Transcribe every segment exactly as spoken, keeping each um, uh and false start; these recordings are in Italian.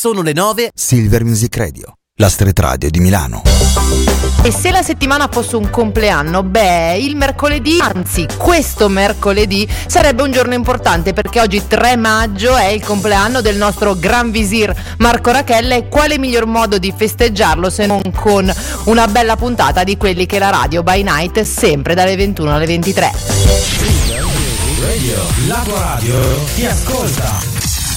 Sono le nove. Silver Music Radio, la street radio di Milano. E se la settimana fosse un compleanno, beh, il mercoledì, anzi questo mercoledì, sarebbe un giorno importante, perché oggi tre maggio è il compleanno del nostro Gran Visir Marco Rachella, e quale miglior modo di festeggiarlo se non con una bella puntata di Quelli che la radio by night, sempre dalle ventuno alle ventitré. Radio, la tua radio ti ascolta.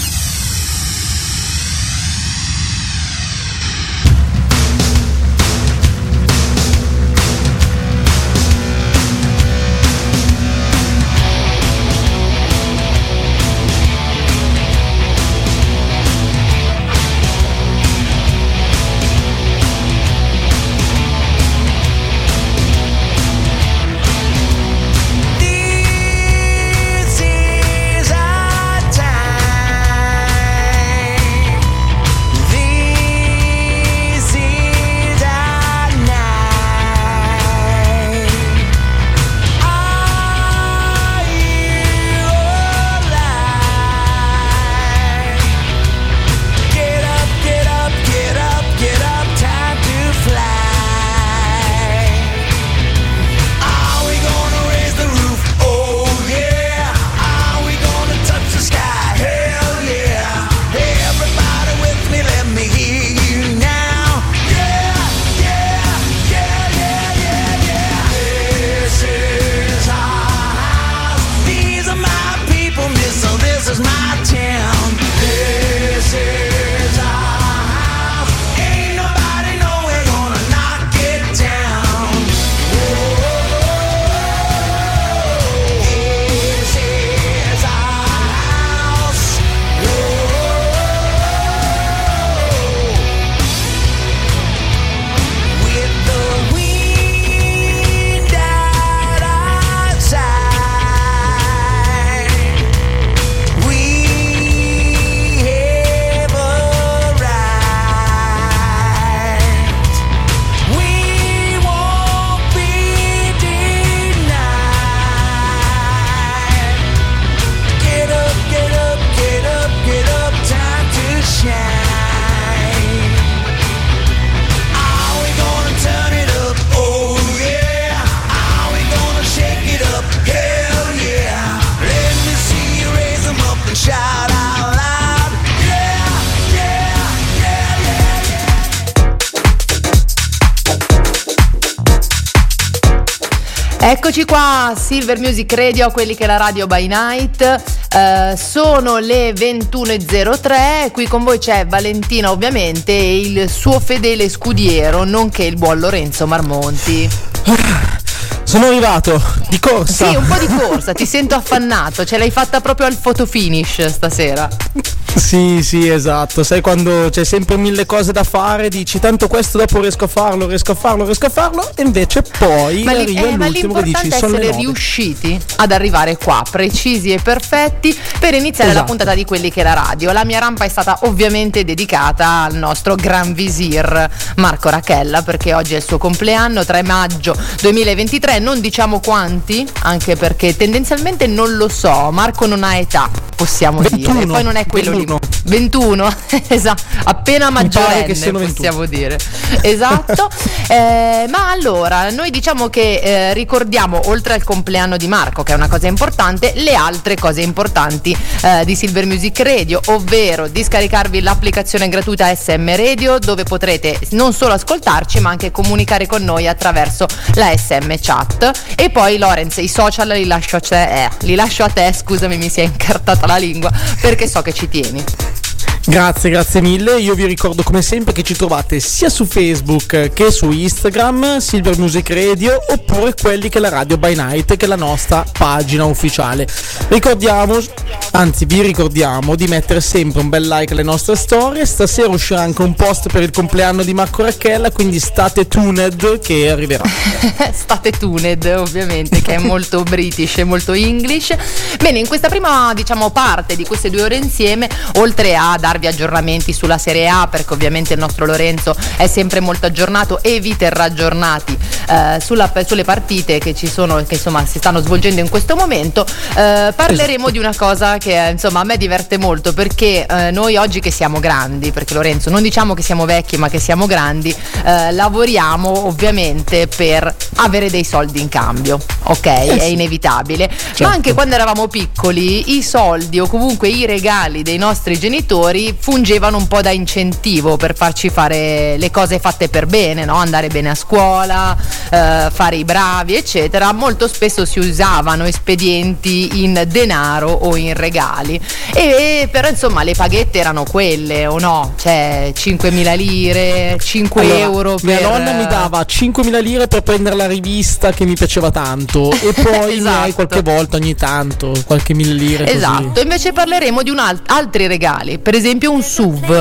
Eccoci qua, Silver Music Radio, Quelli che la radio by night. Uh, sono le ventuno e zero tre, qui con voi c'è Valentina ovviamente e il suo fedele scudiero, nonché il buon Lorenzo Marmonti. Sono arrivato di corsa. Sì, un po' di corsa, ti sento affannato, ce l'hai fatta proprio al photo finish stasera. Sì, sì, esatto. Sai quando c'è sempre mille cose da fare, dici tanto questo dopo riesco a farlo, riesco a farlo, riesco a farlo, e invece poi ma arriva eh, l'ultimo che dici sono le nove. Ma l'importante è essere riusciti ad arrivare qua, precisi e perfetti, per iniziare esatto. la puntata di Quelli che la radio. La mia rampa è stata ovviamente dedicata al nostro Gran Visir Marco Rachella, perché oggi è il suo compleanno, tre maggio duemilaventitré, non diciamo quanti, anche perché tendenzialmente non lo so, Marco non ha età, possiamo ventuno, dire, poi non è quello ventuno. lì. ventuno, esatto, appena maggiorenne possiamo dire, esatto. Eh, ma allora noi diciamo che eh, ricordiamo, oltre al compleanno di Marco, che è una cosa importante, le altre cose importanti eh, di Silver Music Radio, ovvero di scaricarvi l'applicazione gratuita S M Radio, dove potrete non solo ascoltarci ma anche comunicare con noi attraverso la S M Chat. E poi Lorenz, i social li lascio a te, eh, li lascio a te, scusami, mi si è incartata la lingua, perché so che ci tieni. Grazie, grazie mille. Io vi ricordo come sempre che ci trovate sia su Facebook che su Instagram, Silver Music Radio, oppure Quelli che la radio by night, che è la nostra pagina ufficiale. Ricordiamo, anzi vi ricordiamo di mettere sempre un bel like alle nostre storie. Stasera uscirà anche un post per il compleanno di Marco Rachella, quindi state tuned che arriverà. State tuned, ovviamente, che è molto british e molto English. Bene, in questa prima, diciamo, parte di queste due ore insieme, oltre a darvi darvi aggiornamenti sulla Serie A, perché ovviamente il nostro Lorenzo è sempre molto aggiornato e vi terrà aggiornati eh, sulla, sulle partite che ci sono, che insomma si stanno svolgendo in questo momento. Eh, parleremo di una cosa che insomma a me diverte molto, perché eh, noi oggi che siamo grandi, perché Lorenzo non diciamo che siamo vecchi ma che siamo grandi, eh, lavoriamo ovviamente per avere dei soldi in cambio, ok? Eh sì. È inevitabile, certo. Ma anche quando eravamo piccoli i soldi o comunque i regali dei nostri genitori fungevano un po' da incentivo per farci fare le cose fatte per bene, no? Andare bene a scuola, eh, fare i bravi eccetera. Molto spesso si usavano espedienti in denaro o in regali, e però insomma le paghette erano quelle, o no? Cioè cinquemila lire, cinque allora, euro per... Mia nonna mi dava cinquemila lire per prendere la rivista che mi piaceva tanto e poi esatto. mi qualche volta ogni tanto qualche mille lire esatto così. Invece parleremo di un alt- altri regali, per esempio un S U V.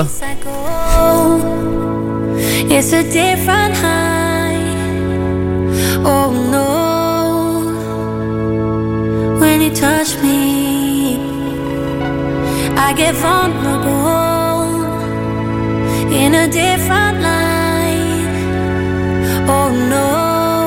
It's a different high. Oh no, when you touch me I get vulnerable in a different light. Oh no.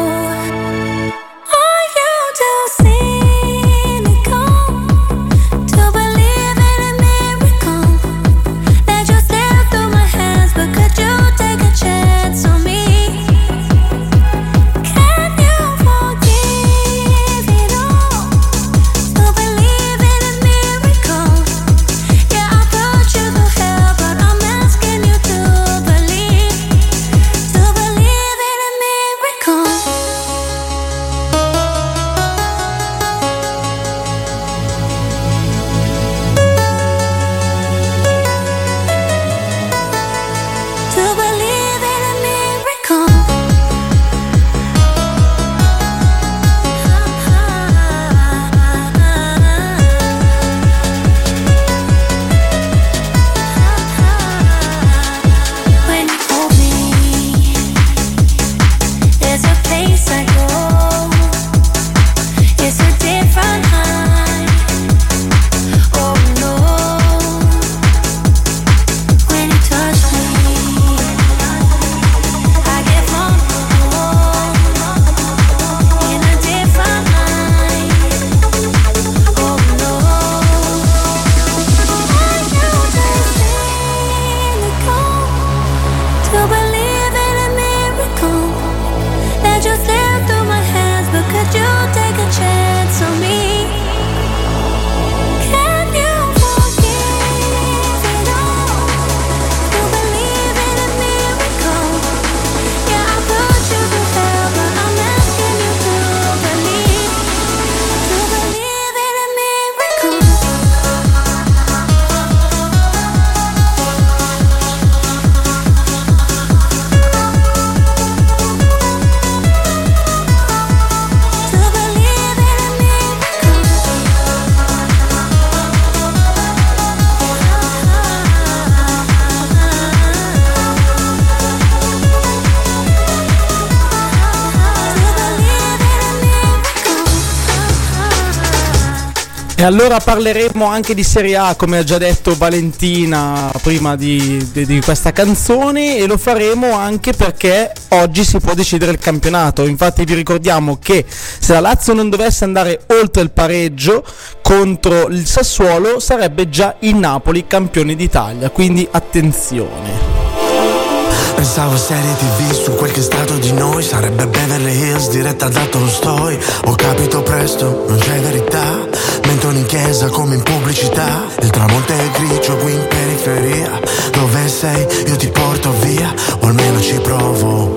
E allora parleremo anche di Serie A, come ha già detto Valentina prima di, di, di questa canzone, e lo faremo anche perché oggi si può decidere il campionato. Infatti vi ricordiamo che se la Lazio non dovesse andare oltre il pareggio contro il Sassuolo sarebbe già il Napoli campione d'Italia, quindi attenzione. Pensavo a serie tv su quel che è stato di noi. Sarebbe Beverly Hills diretta da Tolstoi. Ho capito presto, non c'è verità. Mentono in chiesa come in pubblicità. Il tramonto è grigio qui in periferia. Dove sei? Io ti porto via. O almeno ci provo.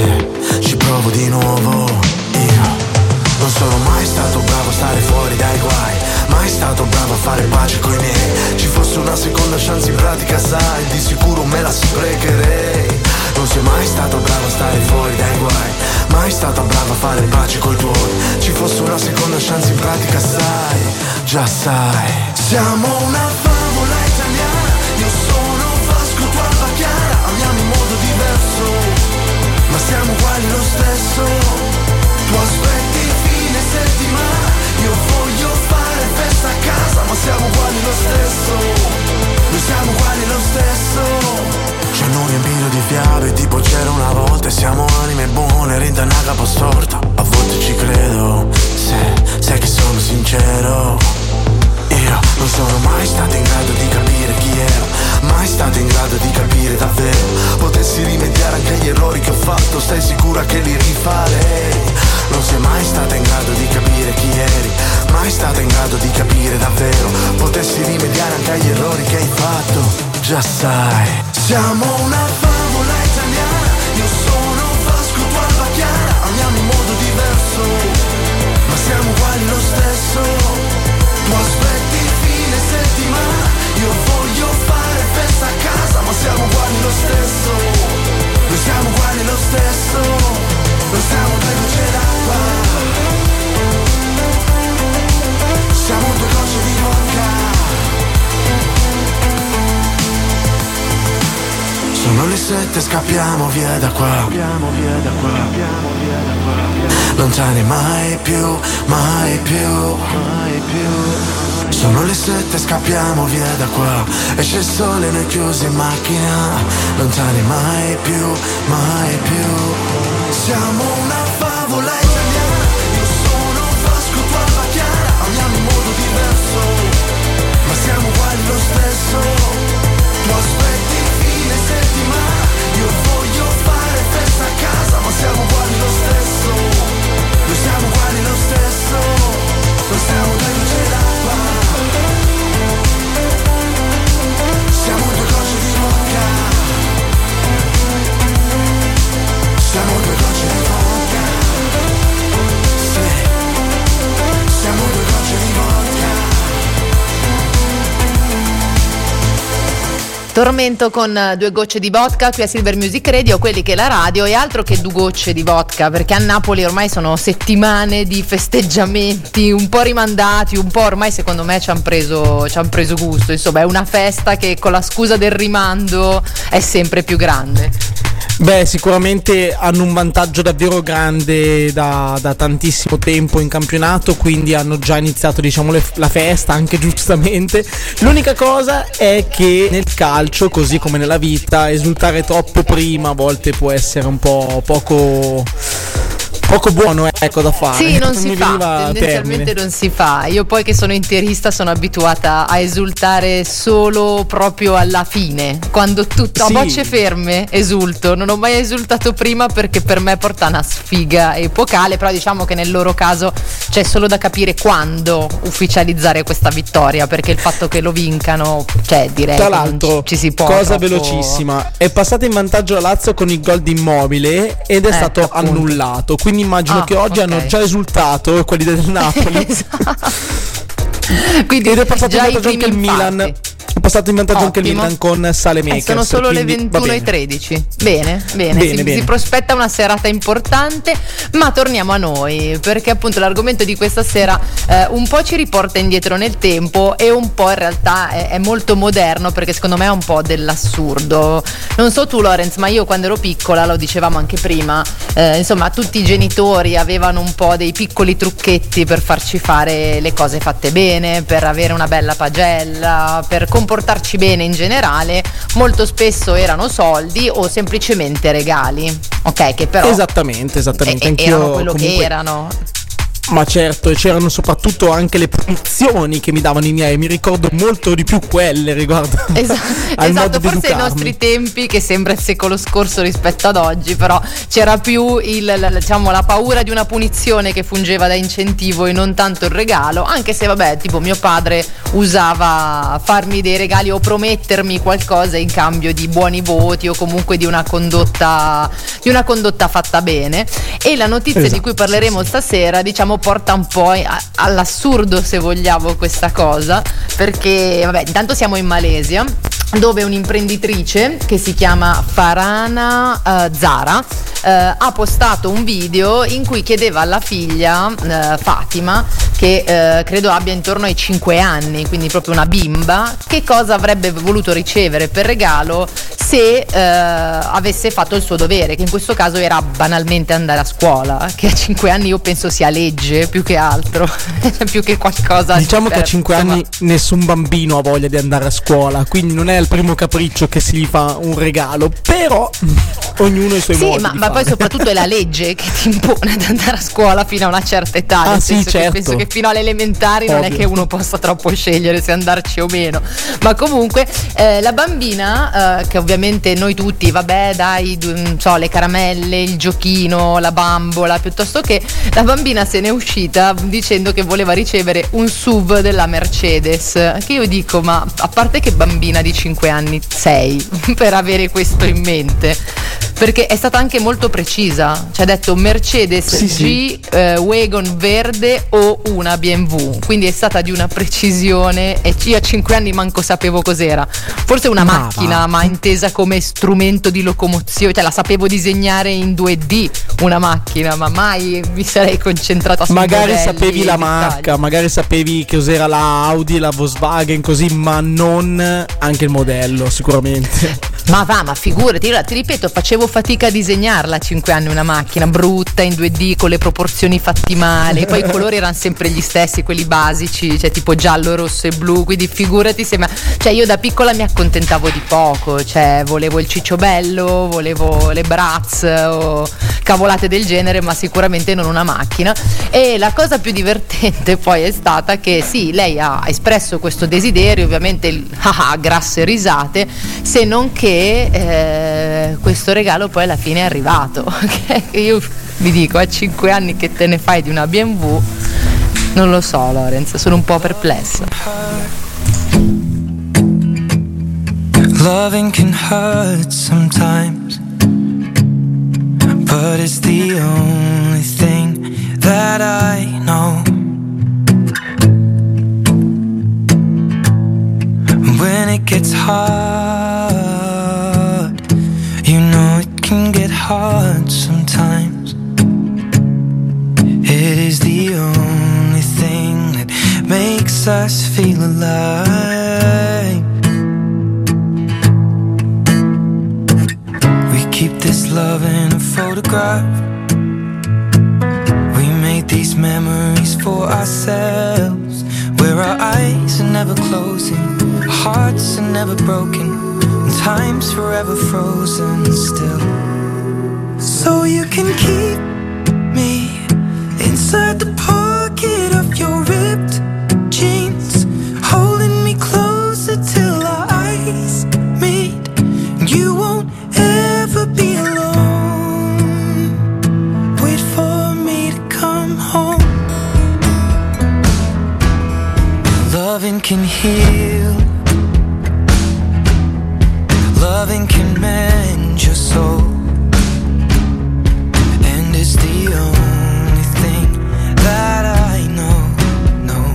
Se ci provo di nuovo. Io non sono mai stato bravo a stare fuori dai guai. Mai stato bravo a fare pace coi miei. Ci fosse una seconda chance in pratica sai, di sicuro me la sprecherei. Non sei mai stato bravo a stare fuori dai guai. Mai stato bravo a fare pace coi tuoi. Ci fosse una seconda chance in pratica sai, già sai. Siamo una favola italiana. Io sono Vasco, tu Alba Chiara. Amiamo in modo diverso, ma siamo uguali lo stesso. Tu aspetti fine settimana, io voglio fare festa a casa, ma siamo uguali lo stesso. Noi siamo uguali lo stesso. volte siamo anime buone, rinda una capa storta. A volte ci credo, se sai che sono sincero. Io non sono mai stato in grado di capire chi ero, mai stato in grado di capire davvero. Potessi rimediare anche agli errori che ho fatto, stai sicura che li rifarei? Non sei mai stata in grado di capire chi eri, mai stata in grado di capire davvero. Potessi rimediare anche agli errori che hai fatto, già sai. Siamo una favola italiana, io sono Vasco, tu Alba Chiara. Amiamo in modo diverso, ma siamo uguali lo stesso. Tu aspetti fine settimana, io voglio fare festa a casa, ma siamo uguali lo stesso. Noi siamo uguali lo stesso, noi siamo due gocce d'acqua, siamo due gocce di vodka. Sono le sette, scappiamo via da qua, scappiamo via da qua, scappiamo via da qua. Lontani mai più, mai più, mai più. Sono le sette, scappiamo via da qua. Esce il sole, noi chiusi in macchina. Lontani mai più, mai più. Siamo una favola italiana, io sono Vasco, tu Alba Chiara. Amiamo in modo diverso, ma siamo uguali lo stesso. Tu aspetti fine settimana, io voglio fare festa a casa, ma siamo uguali lo stesso. Noi siamo uguali lo stesso, noi siamo due gocce d'acqua, siamo due gocce di vodka, siamo due gocce di vodka, sì, siamo due gocce di vodka. Tormento con due gocce di vodka qui a Silver Music Radio, quelli che la radio è altro che due gocce di vodka, perché a Napoli ormai sono settimane di festeggiamenti un po' rimandati, un po' ormai secondo me ci hanno preso, ci han preso gusto, insomma è una festa che con la scusa del rimando è sempre più grande. Beh, sicuramente hanno un vantaggio davvero grande da, da tantissimo tempo in campionato, quindi hanno già iniziato, diciamo, le, la festa, anche giustamente. L'unica cosa è che nel calcio, così come nella vita, esultare troppo prima a volte può essere un po' poco... poco buono, ecco, da fare. Sì, non si fa, tendenzialmente non si fa. Io poi che sono interista sono abituata a esultare solo proprio alla fine, quando tutto a sì. bocce ferme esulto. Non ho mai esultato prima perché per me porta una sfiga epocale, però diciamo che nel loro caso c'è solo da capire quando ufficializzare questa vittoria, perché il fatto che lo vincano, cioè direi tra che l'altro non ci, ci si può cosa troppo... velocissima, è passata in vantaggio la Lazio con il gol di Immobile ed è ecco, stato appunto. annullato, quindi immagino Ah, che oggi okay. hanno già esultato quelli del Napoli. Esatto. Quindi ed è passato già in vantaggio anche il Milan. È passato in vantaggio anche il Ottimo. Milan con Saelemaekers. Eh, sono solo le quindi ventuno e tredici. Bene, bene, Bene, si, bene. si prospetta una serata importante, ma torniamo a noi, perché appunto l'argomento di questa sera eh, un po' ci riporta indietro nel tempo e un po' in realtà è, è molto moderno, perché secondo me è un po' dell'assurdo. Non so tu, Lorenz, ma io quando ero piccola, lo dicevamo anche prima, eh, insomma tutti i genitori avevano un po' dei piccoli trucchetti per farci fare le cose fatte bene, per avere una bella pagella, per comportarci bene in generale. Molto spesso erano soldi o semplicemente regali, ok, che però esattamente, esattamente. eh, Anch'io erano quello comunque... che erano. Ma certo, e c'erano soprattutto anche le punizioni che mi davano i miei, mi ricordo molto di più quelle riguardo Esa- al modo esatto, di forse ai educarmi. nostri tempi, che sembra il secolo scorso rispetto ad oggi, però c'era più il, la, diciamo, la paura di una punizione che fungeva da incentivo e non tanto il regalo, anche se vabbè, tipo mio padre usava farmi dei regali o promettermi qualcosa in cambio di buoni voti o comunque di una condotta di una condotta fatta bene. E la notizia Esatto, di cui parleremo sì, sì. stasera, diciamo, porta un po' a- all'assurdo, se vogliamo, questa cosa, perché vabbè, intanto siamo in Malesia, dove un'imprenditrice che si chiama Farhana uh, Zara uh, ha postato un video in cui chiedeva alla figlia uh, Fatima, che uh, credo abbia intorno ai cinque anni, quindi proprio una bimba, che cosa avrebbe voluto ricevere per regalo se uh, avesse fatto il suo dovere, che in questo caso era banalmente andare a scuola, che a cinque anni io penso sia legge più che altro, più che qualcosa. Diciamo che a per- cinque insomma, anni nessun bambino ha voglia di andare a scuola, quindi non è il primo capriccio che si gli fa un regalo, però ognuno i suoi sì, modi. Ma, di ma fare. poi soprattutto è la legge che ti impone di andare a scuola fino a una certa età. Ah, nel sì, senso certo. che penso che fino alle elementari Ovvio. Non è che uno possa troppo scegliere se andarci o meno. Ma comunque eh, la bambina, eh, che ovviamente noi tutti, vabbè dai, non so, le caramelle, il giochino, la bambola, piuttosto che la bambina se n'è uscita dicendo che voleva ricevere un S U V della Mercedes. Che io dico, ma a parte che bambina di cinque anni sei per avere questo in mente, perché è stata anche molto precisa, ci ha detto Mercedes sì, G sì. Eh, Wagon verde o una B M W, quindi è stata di una precisione e io a cinque anni manco sapevo cos'era, forse una ma macchina va. ma intesa come strumento di locomozione, cioè la sapevo disegnare in due D una macchina, ma mai mi sarei concentrata su magari modelli sapevi la e marca, dettagli. magari sapevi che cos'era la Audi, la Volkswagen, così, ma non anche il modello sicuramente. Ma va, ma figurati, io ti ripeto, facevo fatica a disegnarla a cinque anni una macchina brutta in due D con le proporzioni fatti male, poi i colori erano sempre gli stessi, quelli basici, cioè tipo giallo, rosso e blu, quindi figurati se ma... cioè io da piccola mi accontentavo di poco, cioè volevo il cicciobello, volevo le Bratz o cavolate del genere, ma sicuramente non una macchina. E la cosa più divertente poi è stata che sì, lei ha espresso questo desiderio, ovviamente ah, grasse risate, se non che eh, questo regalo poi alla fine è arrivato. Io vi dico, a cinque anni che te ne fai di una B M W, non lo so Lorenz, sono un po' perplessa. Loving can hurt sometimes, but it's the only thing that I know. When it gets hard, you know it can get hard sometimes. It is the only thing that makes us feel alive. We keep this love in a photograph. We made these memories for ourselves, where our eyes are never closing, our hearts are never broken, and time's forever frozen still. So you can keep me inside the pocket of your ripped jeans, holding me closer till our eyes meet. You won't ever be alone. Wait for me to come home. Loving can heal, loving can mend your soul, and it's the only thing that I know, no.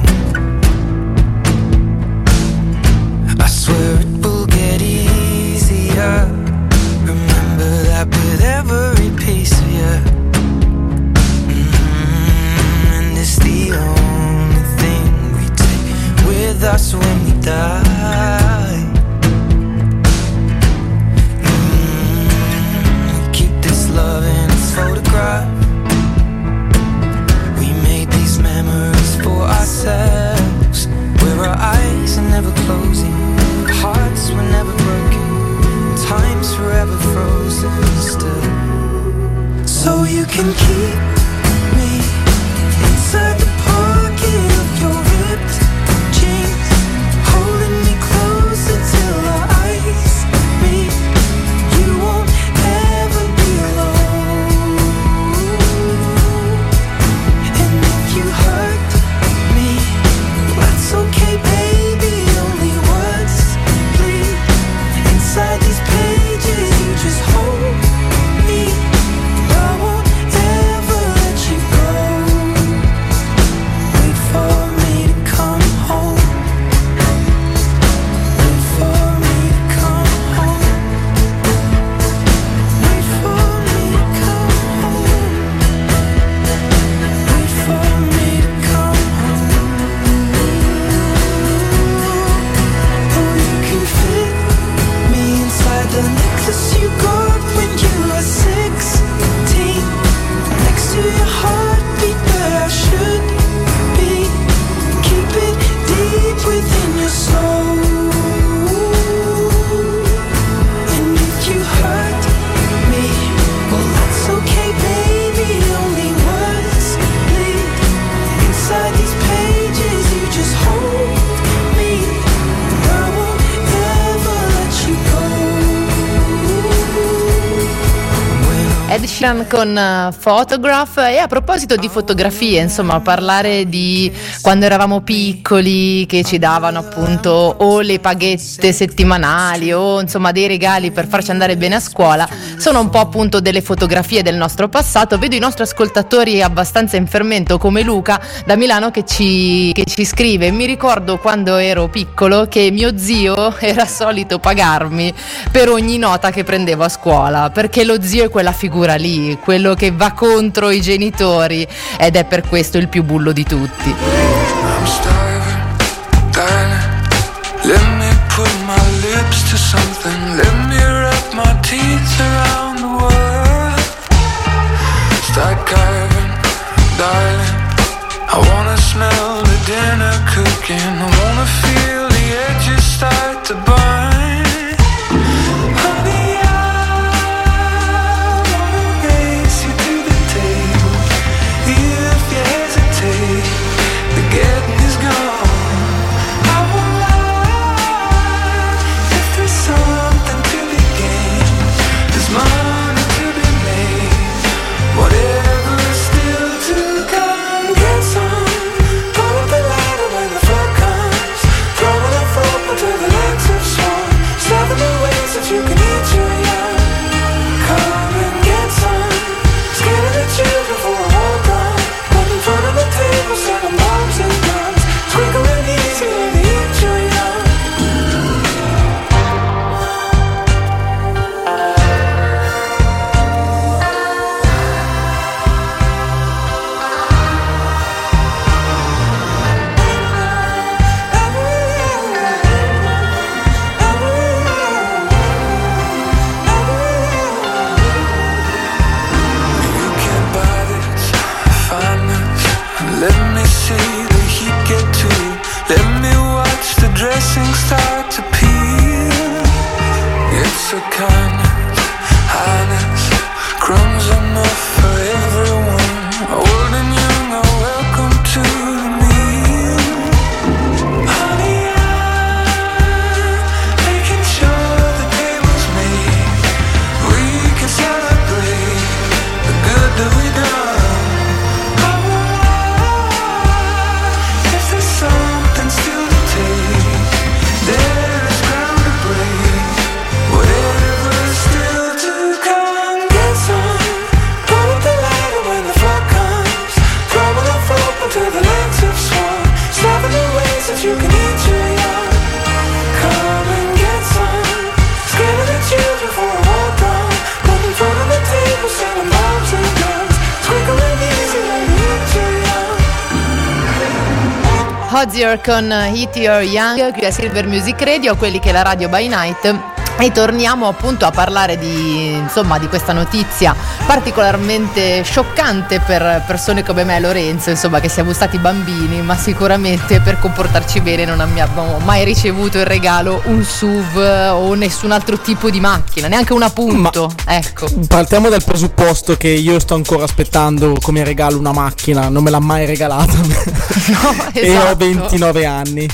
I swear it will get easier. Remember that with every piece of you. Mm-hmm. And it's the only thing we take with us when we die. Mm-hmm. We keep this love in its photograph. We made these memories for ourselves, where our eyes are never closing, our hearts were never broken, time's forever frozen still. So you can keep me inside the pocket of your ripped jeans, holding me closer till our eyes meet. You won't ever be alone. And if you hurt me, that's okay, baby. Only once, please. Inside these pages, you just hold me. I won't ever let you go. Ed Sheeran con Photograph. E a proposito di fotografie, insomma, parlare di quando eravamo piccoli, che ci davano appunto o le paghette settimanali o insomma dei regali per farci andare bene a scuola, sono un po' appunto delle fotografie del nostro passato. Vedo i nostri ascoltatori abbastanza in fermento, come Luca da Milano, che ci, che ci scrive: mi ricordo quando ero piccolo che mio zio era solito pagarmi per ogni nota che prendevo a scuola, perché lo zio è quella figura lì, quello che va contro i genitori, ed è per questo il più bullo di tutti. I'm starving, darling. Let me put my lips to something. Let me wrap my teeth around the world. Start carving, darling. I wanna smell the dinner cooking. I wanna feel the edges start to burn. Hozier con Hit Your Young qui a Silver Music Radio, quelli che è la radio by night. E torniamo appunto a parlare di, insomma, di questa notizia particolarmente scioccante per persone come me e Lorenzo, insomma, che siamo stati bambini, ma sicuramente per comportarci bene non abbiamo mai ricevuto in regalo un S U V o nessun altro tipo di macchina, neanche un appunto. Ma ecco, partiamo dal presupposto che io sto ancora aspettando come regalo una macchina, non me l'ha mai regalata. No, esatto. E ho ventinove anni.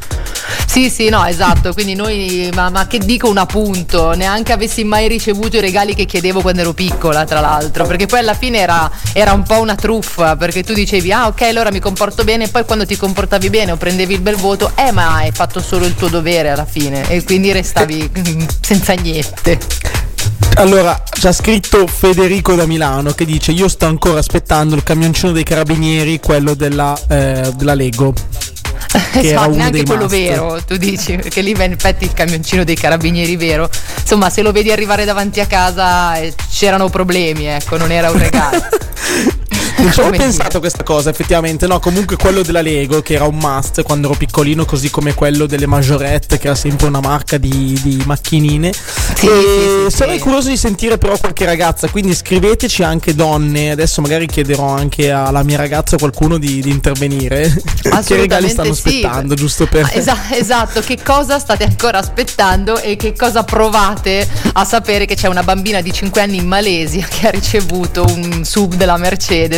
Sì, sì, no, esatto, quindi noi, ma, ma che dico un appunto, neanche avessi mai ricevuto i regali che chiedevo quando ero piccola, tra l'altro, perché poi alla fine era, era un po' una truffa, perché tu dicevi, ah ok, allora mi comporto bene, e poi quando ti comportavi bene o prendevi il bel voto, eh ma hai fatto solo il tuo dovere alla fine, e quindi restavi senza niente. Allora, ci ha scritto Federico da Milano che dice: io sto ancora aspettando il camioncino dei carabinieri, quello della, eh, della Lego. Che esatto, neanche quello must. Vero, tu dici, perché lì in effetti il camioncino dei carabinieri vero, insomma, se lo vedi arrivare davanti a casa eh, c'erano problemi, ecco, non era un regalo. Non ci avevo pensato a questa cosa, effettivamente. No, comunque quello della Lego, che era un must quando ero piccolino, così come quello delle Majorette, che era sempre una marca di, di macchinine. Sì, e sì, sarei sì. curioso di sentire però qualche ragazza, quindi scriveteci anche donne. Adesso magari chiederò anche alla mia ragazza, qualcuno di, di intervenire. Che regali stanno sì. aspettando, giusto per... Esa- esatto, che cosa state ancora aspettando e che cosa provate a sapere che c'è una bambina di cinque anni in Malesia che ha ricevuto un S U V della Mercedes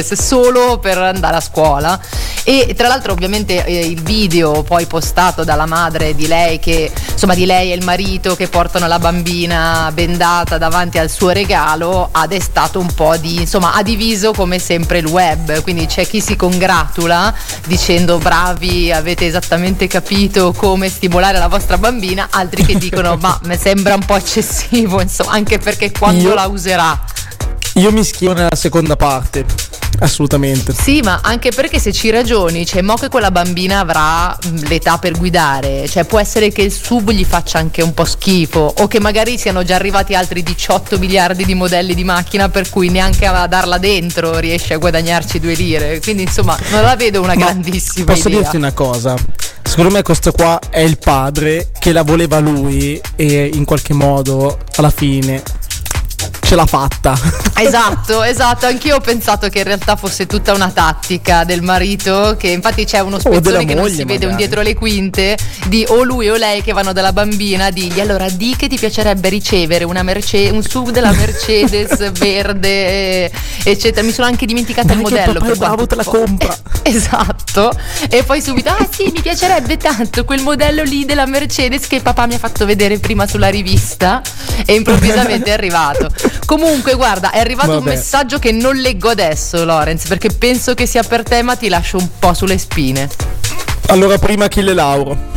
Mercedes solo per andare a scuola. E tra l'altro ovviamente eh, il video poi postato dalla madre di lei, che insomma di lei e il marito che portano la bambina bendata davanti al suo regalo, ha destato un po' di, insomma ha diviso come sempre il web, quindi c'è chi si congratula dicendo bravi, avete esattamente capito come stimolare la vostra bambina, altri che dicono ma mi sembra un po' eccessivo, insomma, anche perché quando io, la userà. Io mi schio nella seconda parte, assolutamente. Sì, ma anche perché se ci ragioni, cioè mo che quella bambina avrà l'età per guidare, cioè può essere che il sub gli faccia anche un po' schifo, o che magari siano già arrivati altri diciotto miliardi di modelli di macchina per cui neanche a darla dentro riesce a guadagnarci due lire, quindi insomma non la vedo una ma grandissima posso idea. dirti una cosa? Secondo me questo qua è il padre che la voleva lui e in qualche modo alla fine ce l'ha fatta. Esatto, esatto, anch'io ho pensato che in realtà fosse tutta una tattica del marito, che infatti c'è uno spezzone che non si vede magari un dietro le quinte di o lui o lei che vanno dalla bambina, digli allora di che ti piacerebbe ricevere una Merce- un sub della Mercedes verde eccetera, mi sono anche dimenticata dai il modello, per bravo te la compra. Eh, esatto, e poi subito ah sì mi piacerebbe tanto quel modello lì della Mercedes che papà mi ha fatto vedere prima sulla rivista, e improvvisamente è arrivato. Comunque guarda, è arrivato Vabbè. un messaggio che non leggo adesso, Lorenz, perché penso che sia per te, ma ti lascio un po' sulle spine. Allora prima Achille Lauro.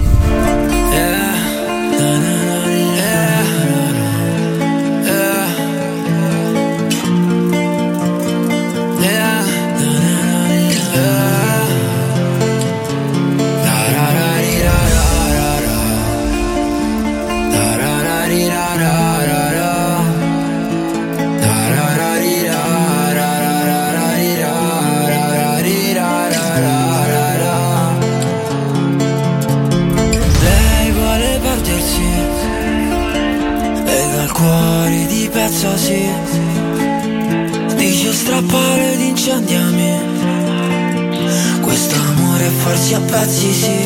Sì. Dice strappare ed incendiami, quest'amore è farsi a pezzi, sì.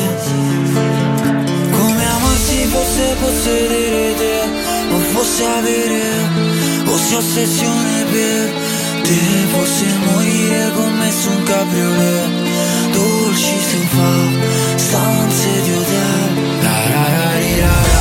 Come amarsi fosse possedere te, o fosse avere, fosse ossessione per te, fosse morire con me su un cabriolet, dolci sofà, stanze di hotel. La ra ra ri ra ra.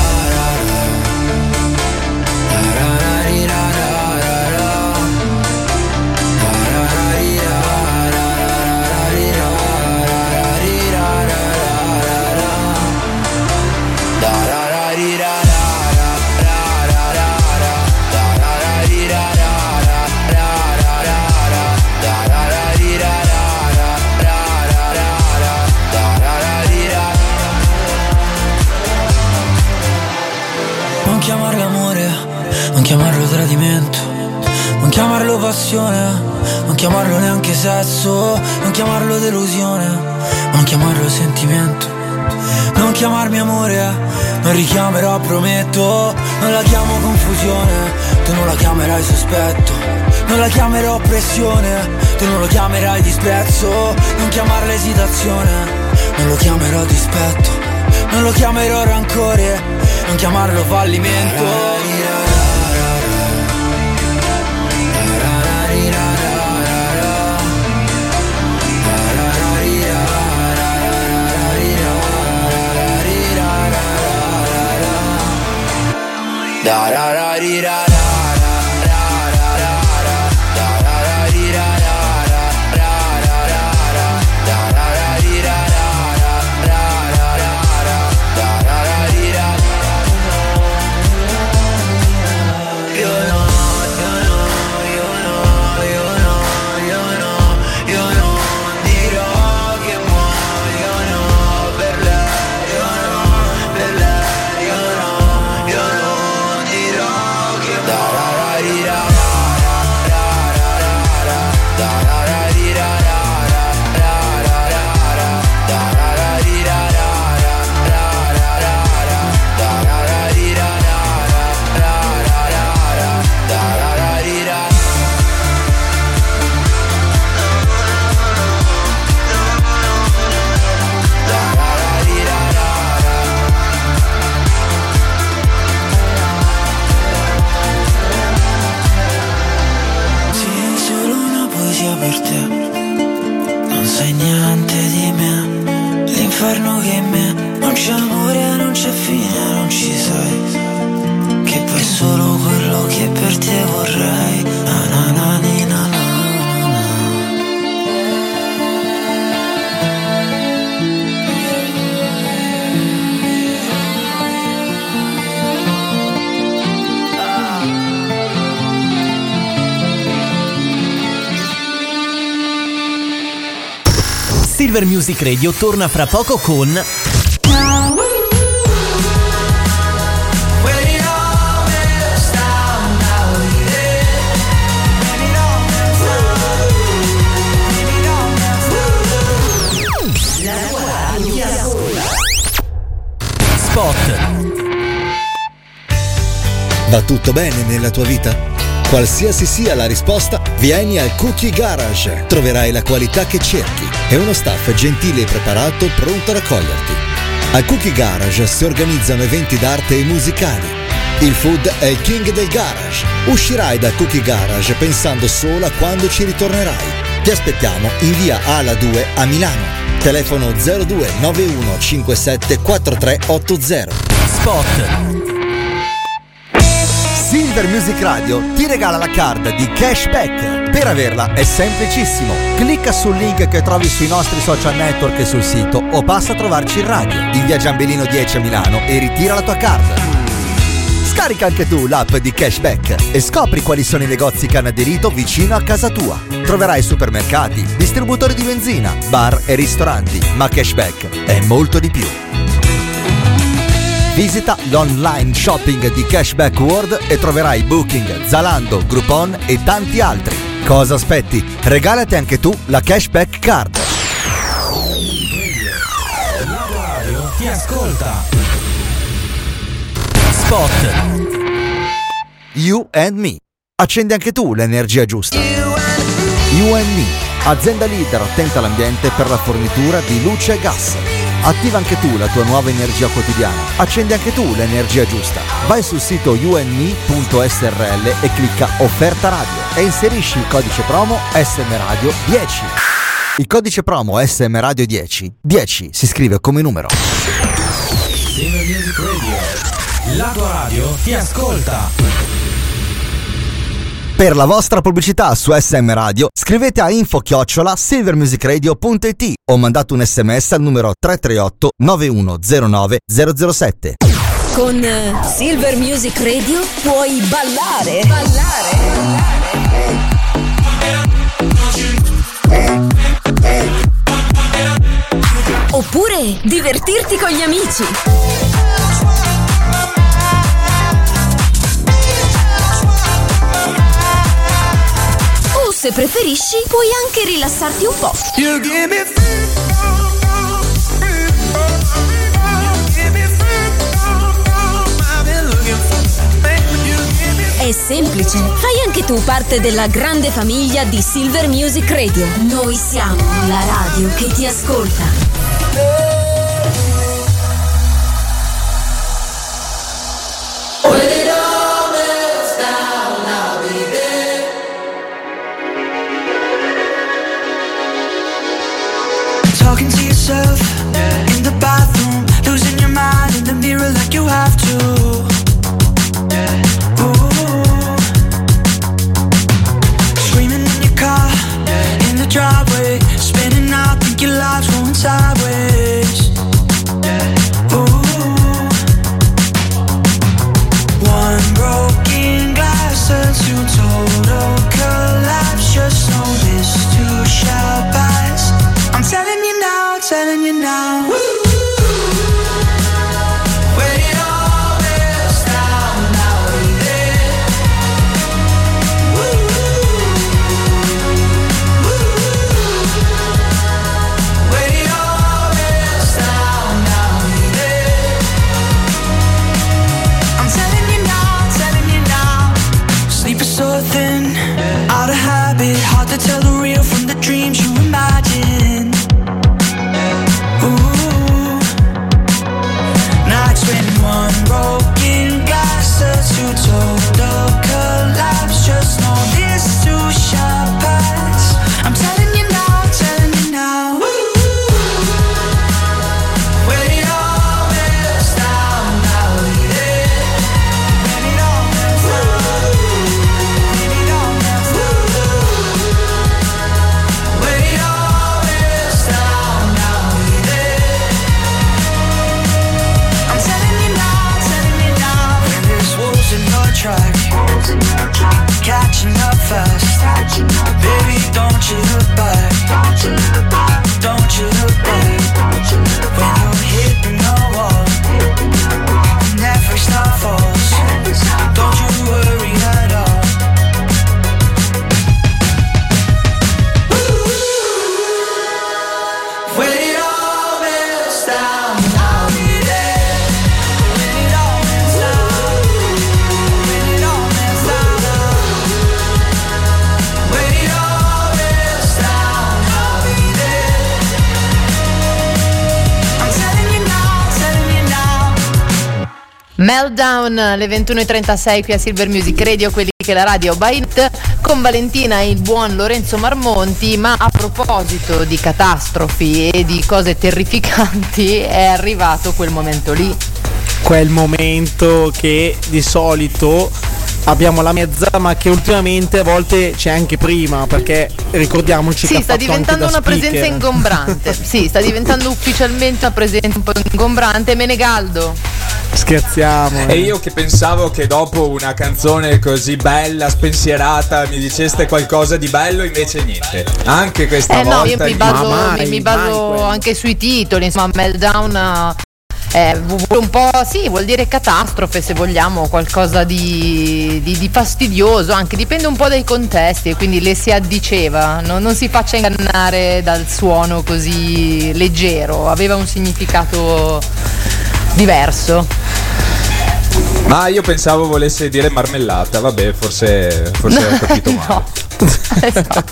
Non chiamarlo amore, non chiamarlo tradimento, non chiamarlo passione, non chiamarlo neanche sesso, non chiamarlo delusione, non chiamarlo sentimento. Non chiamarmi amore, non richiamerò, prometto. Non la chiamo confusione, tu non la chiamerai sospetto. Non la chiamerò oppressione, tu non lo chiamerai disprezzo. Non chiamarla esitazione, non lo chiamerò dispetto. Non lo chiamerò rancore, non chiamarlo fallimento. Da ra ra ri ra ra. Silver Music Radio torna fra poco con Spot. Va tutto bene nella tua vita? Qualsiasi sia la risposta, vieni al Cookie Garage. Troverai la qualità che cerchi e uno staff gentile e preparato pronto a raccoglierti. Al Cookie Garage si organizzano eventi d'arte e musicali. Il food è il king del garage. Uscirai dal Cookie Garage pensando solo a quando ci ritornerai. Ti aspettiamo in via Ala due a Milano. Telefono zero due nove uno cinque sette quattro tre otto zero. Spot. Silver Music Radio ti regala la card di cashback. Per averla è semplicissimo. Clicca sul link che trovi sui nostri social network e sul sito o passa a trovarci in radio in via Giambellino dieci a Milano e ritira la tua card. Scarica anche tu l'app di Cashback e scopri quali sono i negozi che hanno aderito vicino a casa tua. Troverai supermercati, distributori di benzina, bar e ristoranti, ma Cashback è molto di più. Visita l'online shopping di Cashback World e troverai Booking, Zalando, Groupon e tanti altri. Cosa aspetti? Regalati anche tu la Cashback Card. La radio ti ascolta. Spot. You and Me. Accendi anche tu l'energia giusta. You and Me, azienda leader attenta all'ambiente per la fornitura di luce e gas. Attiva anche tu la tua nuova energia quotidiana. Accendi anche tu l'energia giusta. Vai sul sito you and me punto s r l e clicca offerta radio e inserisci il codice promo S M Radio dieci. Il codice promo S M Radio dieci, dieci si scrive come numero. Silver Music Radio, la tua radio ti ascolta. Per la vostra pubblicità su S M Radio scrivete a info chiocciola silvermusicradio punto it o mandate un sms al numero tre tre otto nove uno zero nove zero zero sette. Con Silver Music Radio puoi ballare, ballare, ballare. Oppure divertirti con gli amici. Se preferisci, puoi anche rilassarti un po'. È semplice, fai anche tu parte della grande famiglia di Silver Music Radio. Noi siamo la radio che ti ascolta. Talking to yourself in the bathroom, losing your mind in the mirror like you have to. Ooh. Screaming in your car, in the driveway, spinning out, think your life's going sideways. Ooh. One broken glass turns to total collapse. Just know this too shall pass. I'm telling you now, telling you now. Woo! When it all catching up fast. Baby, don't you look back, don't you look back. When you're hitting the wall and every star falls, don't you worry at all. When it all melts down, I'll be there. When it all melts down, when it all melts down, when it all melts down, I'll be there. I'm telling you now, telling you now. Meltdown, le ventuno e trentasei qui a Silver Music Radio, quelli che la radio Byte, con Valentina e il buon Lorenzo Marmonti. Ma a proposito di catastrofi e di cose terrificanti, è arrivato quel momento lì. Quel momento che di solito abbiamo la mezza, ma che ultimamente a volte c'è anche prima, perché ricordiamoci sì, che sta diventando una speaker. presenza ingombrante. Sì, sta diventando ufficialmente una presenza un po' ingombrante. Menegaldo, scherziamo. E io che pensavo che dopo una canzone così bella, spensierata, mi diceste qualcosa di bello, invece niente. Anche questa eh volta no, io mi baso, mai, mi, mi baso anche sui titoli, insomma. Meltdown eh, un po', sì, vuol dire catastrofe, se vogliamo, qualcosa di, di, di fastidioso, anche dipende un po' dai contesti, e quindi le si addiceva, no? Non si faccia ingannare dal suono così leggero, aveva un significato diverso. Ma io pensavo volesse dire marmellata, vabbè, forse, forse ho capito male. No. Esatto.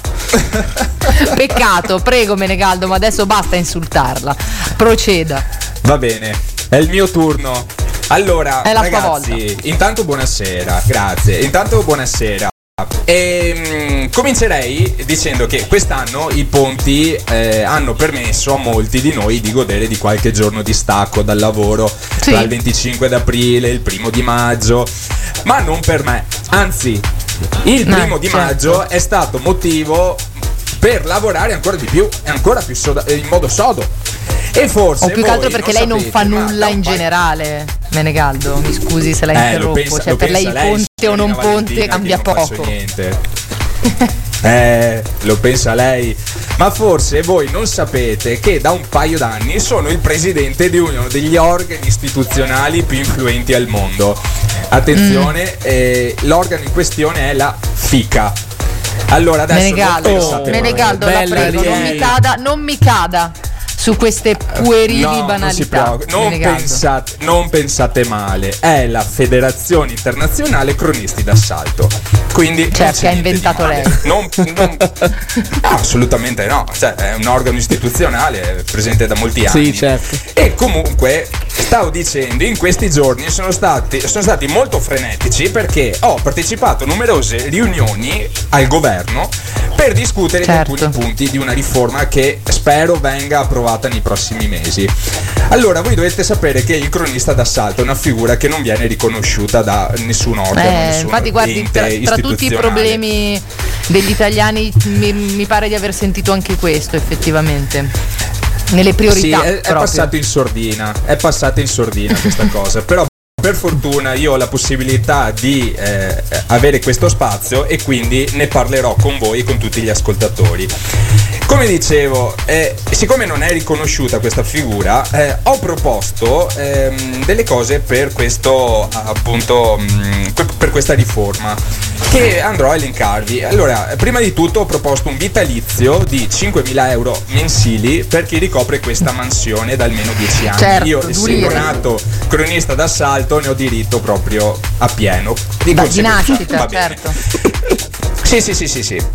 Peccato, prego Menegaldo, ma adesso basta insultarla, proceda. Va bene, è il mio turno. Allora, è la ragazzi, sua volta. Intanto buonasera, grazie. Intanto buonasera. E, mh, comincerei dicendo che quest'anno i ponti eh, hanno permesso a molti di noi di godere di qualche giorno di stacco dal lavoro, sì, tra il venticinque d'aprile e il primo di maggio, ma non per me. Anzi, il primo no, di certo. maggio è stato motivo per lavorare ancora di più e ancora più soda- in modo sodo. E forse o più che altro perché lei sapete, non fa nulla in generale, Menegaldo, mi scusi se la eh, interrompo, pensa, cioè per lei il ponte o non ponte cambia poco. Niente. Eh, lo pensa lei. Ma forse voi non sapete che da un paio d'anni sono il presidente di uno degli organi istituzionali più influenti al mondo. Attenzione, mm. eh, l'organo in questione è la FICA. Allora adesso Menegaldo, oh, Menegaldo la prego, non mi cada, non mi cada su queste puerili no, banalità. Non, non, pensate, non pensate male, è la Federazione Internazionale Cronisti d'Assalto. Quindi cioè che ha inventato lei. Non, non, no, assolutamente no, cioè, è un organo istituzionale presente da molti anni. Sì, certo. E comunque stavo dicendo, in questi giorni sono stati, sono stati molto frenetici perché ho partecipato a numerose riunioni al governo per discutere certo. di alcuni punti di una riforma che spero venga approvata nei prossimi mesi. Allora, voi dovete sapere che il cronista d'assalto è una figura che non viene riconosciuta da nessun organo, eh, nessun infatti guardi, tra, tra tutti i problemi degli italiani mi, mi pare di aver sentito anche questo effettivamente nelle priorità. Sì, è, è passato in sordina, è passata in sordina questa cosa, però per fortuna io ho la possibilità di eh, avere questo spazio e quindi ne parlerò con voi e con tutti gli ascoltatori. Come dicevo, eh, siccome non è riconosciuta questa figura, eh, ho proposto ehm, delle cose per questo appunto mh, per questa riforma che andrò a elencarvi. Allora, prima di tutto ho proposto un vitalizio di cinquemila euro mensili per chi ricopre questa mansione da almeno dieci anni. Certo, io, essendo nato cronista d'assalto, ne ho diritto proprio a pieno. Di da, di nascita, certo. Sì, sì, sì, sì, sì.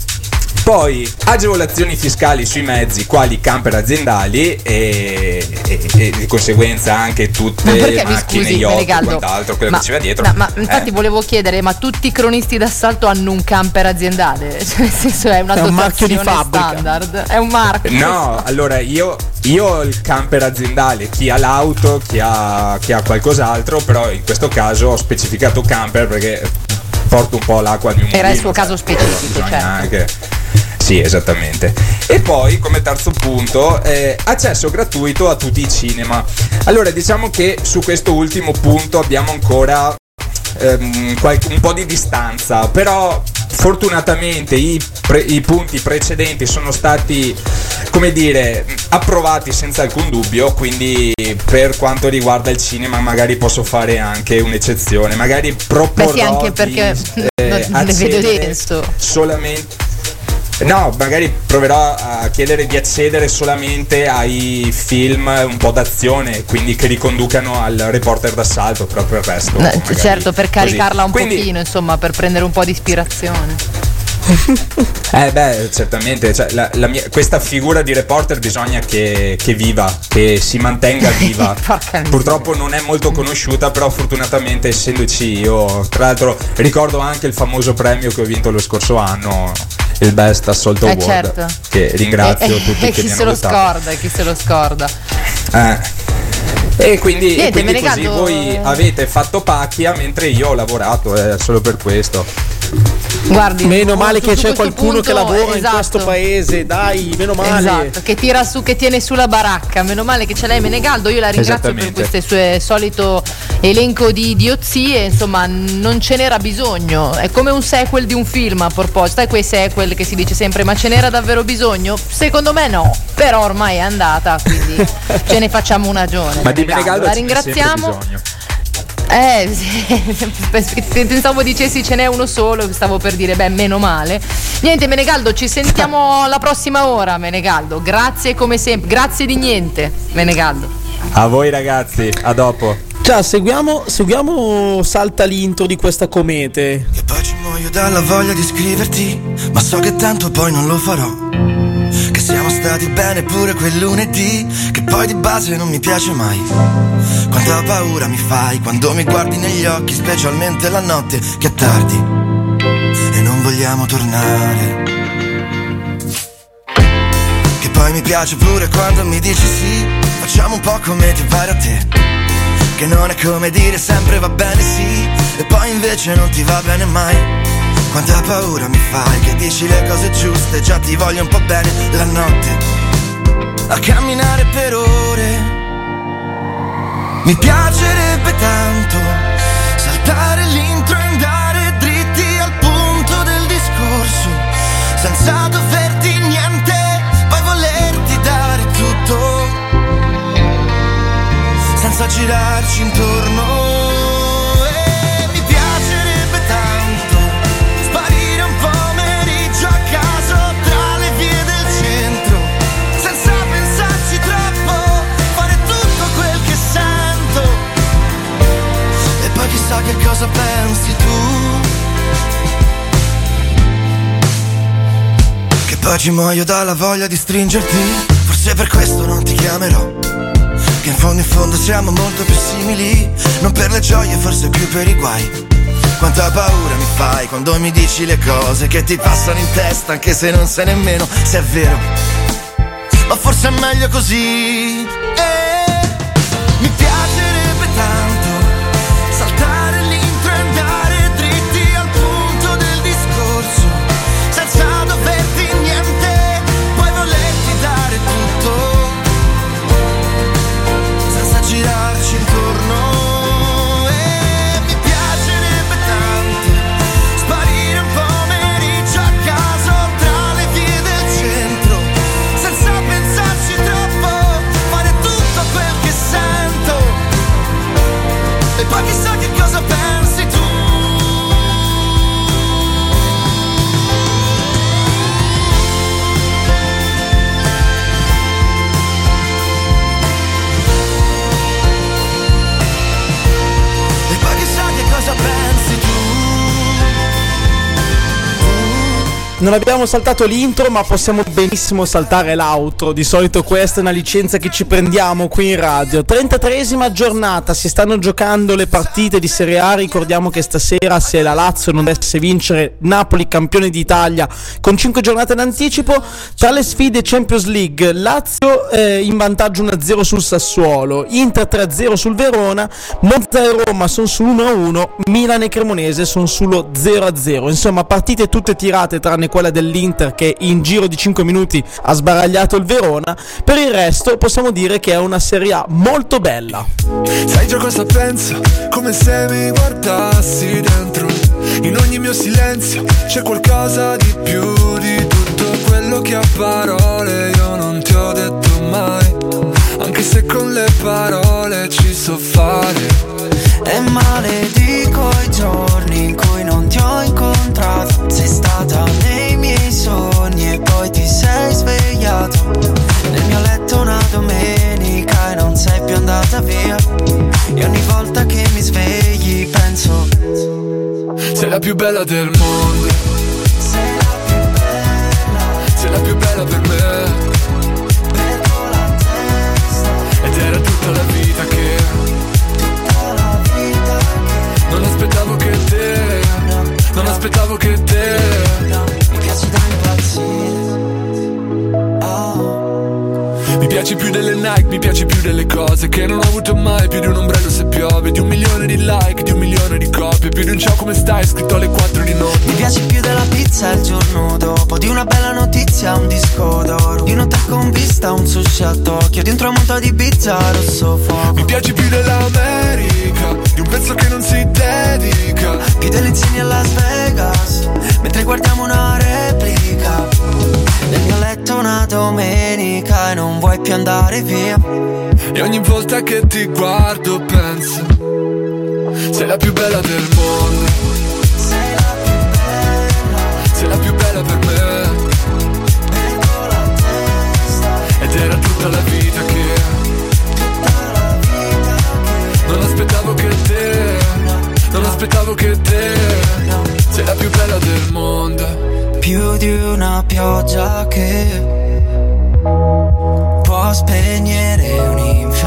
Poi agevolazioni fiscali sui mezzi quali camper aziendali e, e, e di conseguenza anche tutte le macchine, scusi, yacht e Menegaldo, quant'altro, quello ma, che ci va dietro. No, ma infatti eh. volevo chiedere, ma tutti i cronisti d'assalto hanno un camper aziendale? Cioè, nel senso è una è dotazione un marchio di fabbrica. Standard? È un marchio? No, allora io, io ho il camper aziendale, chi ha l'auto, chi ha, chi ha qualcos'altro, però in questo caso ho specificato camper perché porto un po' l'acqua al mio mulino. Era il suo caso specifico, certo. Anche. Sì, esattamente. E poi, come terzo punto, eh, accesso gratuito a tutti i cinema. Allora, diciamo che su questo ultimo punto abbiamo ancora ehm, qualche, un po' di distanza, però fortunatamente i, pre, i punti precedenti sono stati, come dire, approvati senza alcun dubbio, quindi per quanto riguarda il cinema magari posso fare anche un'eccezione, magari proporrò Beh sì, anche perché di, eh, non ne vedo denso solamente. No, magari proverò a chiedere di accedere solamente ai film un po' d'azione, quindi che riconducano al Reporter d'assalto, però per il resto no, certo, per caricarla un quindi, pochino, insomma, per prendere un po' di ispirazione. Eh beh, certamente, cioè, la, la mia, questa figura di reporter bisogna che, che viva, che si mantenga viva. Purtroppo non è molto conosciuta, però fortunatamente essendoci io, tra l'altro ricordo anche il famoso premio che ho vinto lo scorso anno, il Best Assault eh Award, certo. che ringrazio e, tutti e che chi mi se hanno lo votato. scorda, e chi se lo scorda. Eh. E quindi, Niente, e quindi così Menegando... voi avete fatto pacchia mentre io ho lavorato, è eh, solo per questo. Guardi, meno male che c'è punto, qualcuno che lavora esatto. in questo paese, dai, meno male. Esatto, che tira su, che tiene su la baracca. Meno male che c'è lei, Menegaldo. Io la ringrazio per questo suo solito elenco di idiozie. Insomma, non ce n'era bisogno. È come un sequel di un film, a proposito. Sai quei sequel che si dice sempre, ma ce n'era davvero bisogno? Secondo me no, però ormai è andata, quindi ce ne facciamo una ragione. Ma di Menegaldo la ringraziamo. Eh, pensavo dicessi ce n'è uno solo, stavo per dire beh, meno male. Niente, Menegaldo, ci sentiamo la prossima ora, Menegaldo. Grazie come sempre, grazie di niente, Menegaldo. A voi ragazzi, a dopo. Ciao, seguiamo, seguiamo salta l'intro di questa comete. E poi ci muoio dalla voglia di scriverti, ma so che tanto poi non lo farò. Che siamo stati bene pure quel lunedì, che poi di base non mi piace mai. Quanta paura mi fai quando mi guardi negli occhi, specialmente la notte che è tardi e non vogliamo tornare. Che poi mi piace pure quando mi dici sì, facciamo un po' come ti pare a te. Che non è come dire sempre va bene sì, e poi invece non ti va bene mai. Quanta paura mi fai che dici le cose giuste, già ti voglio un po' bene la notte a camminare per ore. Mi piacerebbe tanto saltare l'intro e andare dritti al punto del discorso, senza doverti niente, poi volerti dare tutto, senza girarci intorno. E mi piacerebbe tanto sparire un pomeriggio a caso tra le vie del centro, senza pensarci troppo, fare tutto quel che sento. E poi chissà che cosa pensi tu, che poi ci muoio dalla voglia di stringerti. Forse per questo non ti chiamerò, che in fondo in fondo siamo molto più simili, non per le gioie forse più per i guai. Quanta paura mi fai quando mi dici le cose che ti passano in testa, anche se non sai nemmeno se è vero, ma forse è meglio così. E mi piacerebbe tanto saltare l'intro e andare dritti al punto del discorso, senza doverti niente, poi volerti dare tutto, senza girarci intorno. E mi piacerebbe tanto sparire un pomeriggio a caso tra le vie del centro, senza pensarci troppo, fare tutto quel che sento. E poi chissà che cosa pensi tu. E poi chissà che cosa pensi tu. Non abbiamo saltato l'intro, ma possiamo benissimo saltare l'outro. Di solito questa è una licenza che ci prendiamo qui in radio. trentatreesima giornata, si stanno giocando le partite di Serie A. Ricordiamo che stasera, se la Lazio non dovesse vincere, Napoli campione d'Italia con cinque giornate d'anticipo. Tra le sfide Champions League, Lazio eh, in vantaggio uno a zero sul Sassuolo, Inter tre a zero sul Verona, Monza e Roma sono su uno a uno, Milan e Cremonese sono sullo zero a zero. Insomma, partite tutte tirate tranne tranne quella dell'Inter che in giro di cinque minuti ha sbaragliato il Verona. Per il resto possiamo dire che è una Serie A molto bella. Sai già cosa penso? Come se mi guardassi dentro. In ogni mio silenzio c'è qualcosa di più di tutto quello che a parole io non ti ho detto mai, anche se con le parole ci so fare. E maledico i giorni in cui non ti ho incontrato. Sei stata nei miei sogni e poi ti sei svegliato nel mio letto una domenica e non sei più andata via. E ogni volta che mi svegli penso sei la più bella del mondo. Sei la più bella. Sei la più bella per me. Perdo la testa. Ed era tutta la vita che Tutta la vita che non aspettavo che te no, Non no, aspettavo che te no, mi piaci da impazzire. Oh. Mi piaci più delle Nike, mi piaci più delle cose che non ho avuto mai, più di un ombrello se piove, di un milione di like, di un milione di copie, più di un ciao come stai scritto alle quattro di notte. Mi piaci più della pizza il giorno dopo, di una bella notizia, un disco d'oro, di un hotel con vista, un sushi a Tokyo, di un tramonto di pizza rosso fuoco. Mi piaci più dell'America, di un pezzo che non si dedica, Più delle insegne a Las Vegas, mentre guardiamo una replica nel mio letto una domenica e non vuoi più andare via. e ogni volta che ti guardo penso sei la più bella del mondo. Sei la più bella. Sei la più bella per me. Perdo la testa. Ed era tutta la vita che Tutta la vita che non aspettavo che te Non aspettavo che te no, sei la più bella del mondo. più di una pioggia che può spegnere un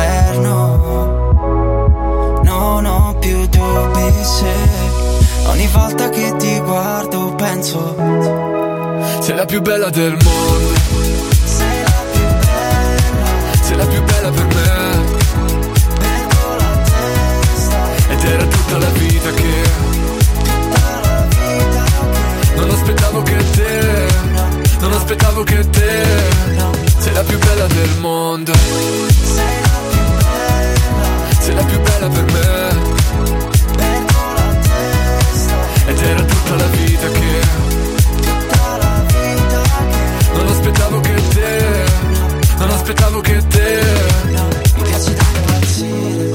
inferno. Non ho più dubbi se ogni volta che ti guardo penso Sei la più bella del mondo. sei la più bella. Sei la più bella per me. Perdo la testa. Ed era tutta la vita che Tutta la vita che non aspettavo che te Non aspettavo che te no, sei la più bella del mondo. sei la più bella. Sei la più bella per me. Perdo la testa. Ed era tutta la vita che Tutta la vita che non aspettavo che te Non aspettavo che te no, mi piaci da impazzire.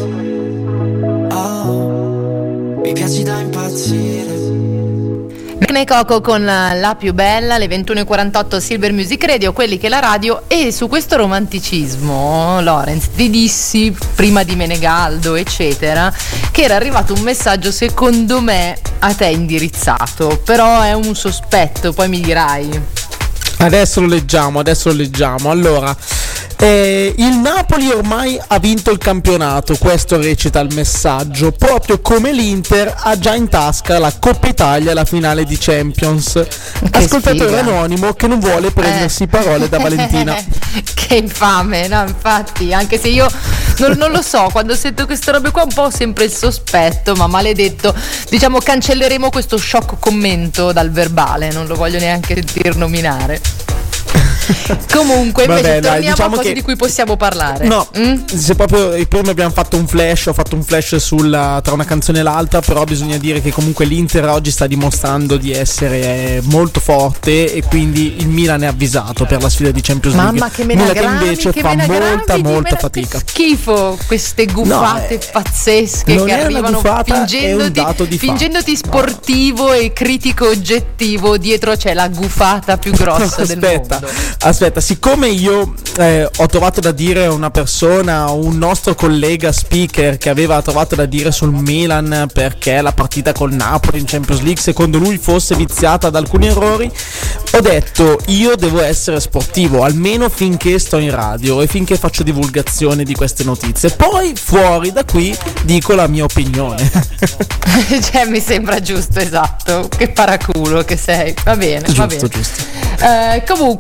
Oh, mi piaci da impazzire. Tecne Coco con La più bella, le ventuno e quarantotto Silver Music Radio, quelli che la radio. E su questo romanticismo, Lorenz, ti dissi prima di Menegaldo eccetera che era arrivato un messaggio secondo me a te indirizzato, però è un sospetto, poi mi dirai. Adesso lo leggiamo, adesso lo leggiamo. Allora, eh, il Napoli ormai ha vinto il campionato, questo recita il messaggio, proprio come l'Inter ha già in tasca la Coppa Italia e la finale di Champions. Che Ascoltatore sfiga. anonimo che non vuole prendersi Eh. parole da Valentina. Che infame, no? Infatti, anche se io non, non lo so, quando sento queste robe qua un po' ho sempre il sospetto, ma maledetto, diciamo cancelleremo questo shock commento dal verbale, non lo voglio neanche sentir nominare. Comunque invece Vabbè, dai, torniamo diciamo a cose che- di cui possiamo parlare. No, Mm? se proprio prima abbiamo fatto un flash, ho fatto un flash sulla, tra una canzone e l'altra, però bisogna dire che comunque l'Inter oggi sta dimostrando di essere eh, molto forte e quindi il Milan è avvisato per la sfida di Champions League. Mamma che Milan che menagrami, invece che fa menagrami, molta di molta mena- fatica. che schifo queste gufate No, eh, pazzesche non che è una arrivano gufata, è un fingendoti, dato di fatto. fingendoti sportivo e critico oggettivo, dietro c'è la gufata più grossa del Aspetta, mondo. aspetta, siccome io eh, ho trovato da dire a una persona, un nostro collega speaker che aveva trovato da dire sul Milan perché la partita col Napoli in Champions League secondo lui fosse viziata da alcuni errori, ho detto io devo essere sportivo almeno finché sto in radio e finché faccio divulgazione di queste notizie, poi fuori da qui dico la mia opinione. Cioè mi sembra giusto, esatto. Che paraculo che sei. Va bene, va Giusto, bene. giusto. Eh, comunque torniamo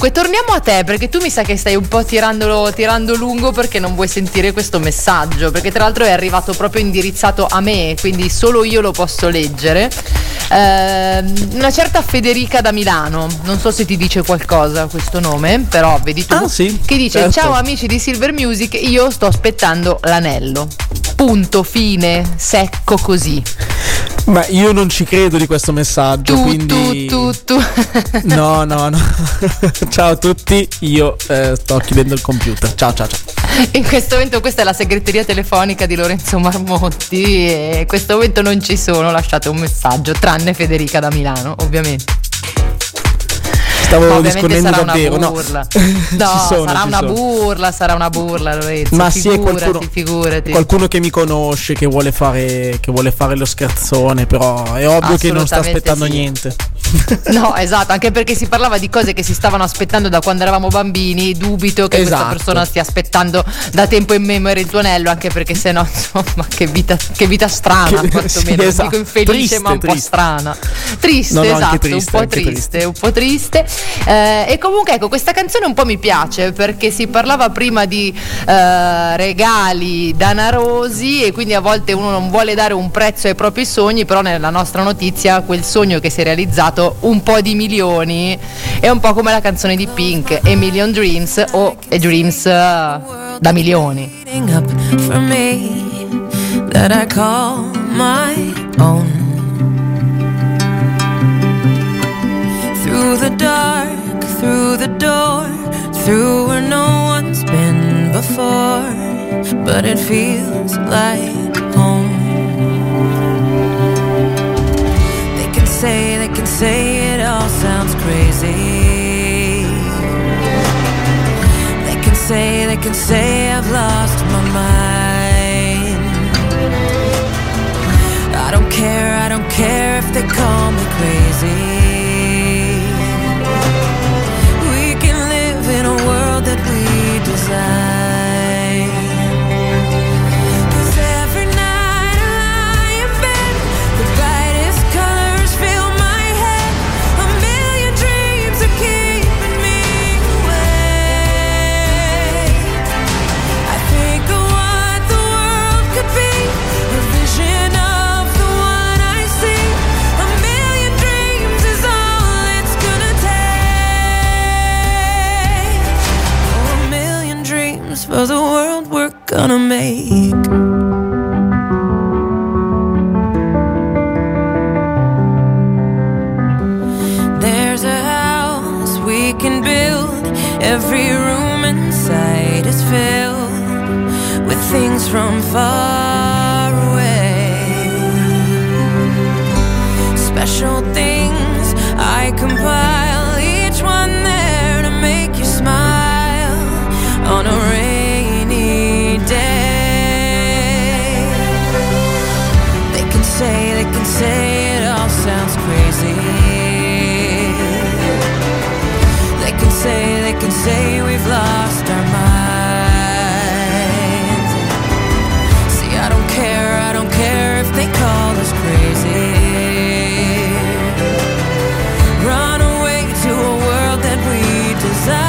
veniamo a te, perché tu mi sa che stai un po' tirandolo, tirando lungo perché non vuoi sentire questo messaggio, perché tra l'altro è arrivato proprio indirizzato a me, quindi solo io lo posso leggere. Eh, una certa Federica da Milano, non so se ti dice qualcosa questo nome, però vedi tu, ah, sì, che dice: certo. Ciao amici di Silver Music, io sto aspettando l'anello. Punto, fine, secco così. Ma io non ci credo di questo messaggio, tu, quindi tu, tu, tu. No, no, no. Ciao a tutti, io eh, sto chiudendo il computer. Ciao, ciao, ciao. In questo momento questa è la segreteria telefonica di Lorenzo Marmotti e in questo momento non ci sono, lasciate un messaggio, tranne Federica da Milano, ovviamente. Stavo discorrendo sarà davvero, una no? burla. No, sono, sarà una sono. burla, sarà una burla, Lorenzo. Ma figurati, sì, è qualcuno, figurati. qualcuno che mi conosce, che vuole fare, che vuole fare lo scherzone, però è ovvio che non sta aspettando sì. niente. No, esatto, anche perché si parlava di cose che si stavano aspettando da quando eravamo bambini. Dubito che esatto. questa persona stia aspettando da tempo in memoria il tuo anello, anche perché sennò, insomma, che vita, che vita strana, che, quantomeno. Sì, esatto. Dico infelice, triste, ma un triste. po' strana. Triste, no, no, esatto, triste, un po' triste, triste, un po' triste. Eh, e comunque, ecco, questa canzone un po' mi piace perché si parlava prima di eh, regali danarosi e quindi a volte uno non vuole dare un prezzo ai propri sogni, però nella nostra notizia quel sogno che si è realizzato un po' di milioni è un po' come la canzone di Pink, A Million Dreams o A Dreams uh, da milioni. That I call my own. Through the dark, through the door, through where no one's been before, but it feels like home. They can say, they can say it all sounds crazy. They can say, they can say I've lost my mind. I don't care, I don't care if they call me crazy. We can live in a world that we design. 'Cause every night I lie in bed, the brightest colors fill my head. A million dreams are keeping me awake. I think of what the world could be, a vision of the one I see. A million dreams is all it's gonna take. Oh, a million dreams for the world we're gonna make. There's a house we can build. Every room inside is filled with things from far away. Special things I compile, each one there to make you smile on a rainy day. They can say, they can say it all sounds crazy. They can say, they can say we've lost our minds. See, I don't care, I don't care if they call us crazy. Run away to a world that we desire.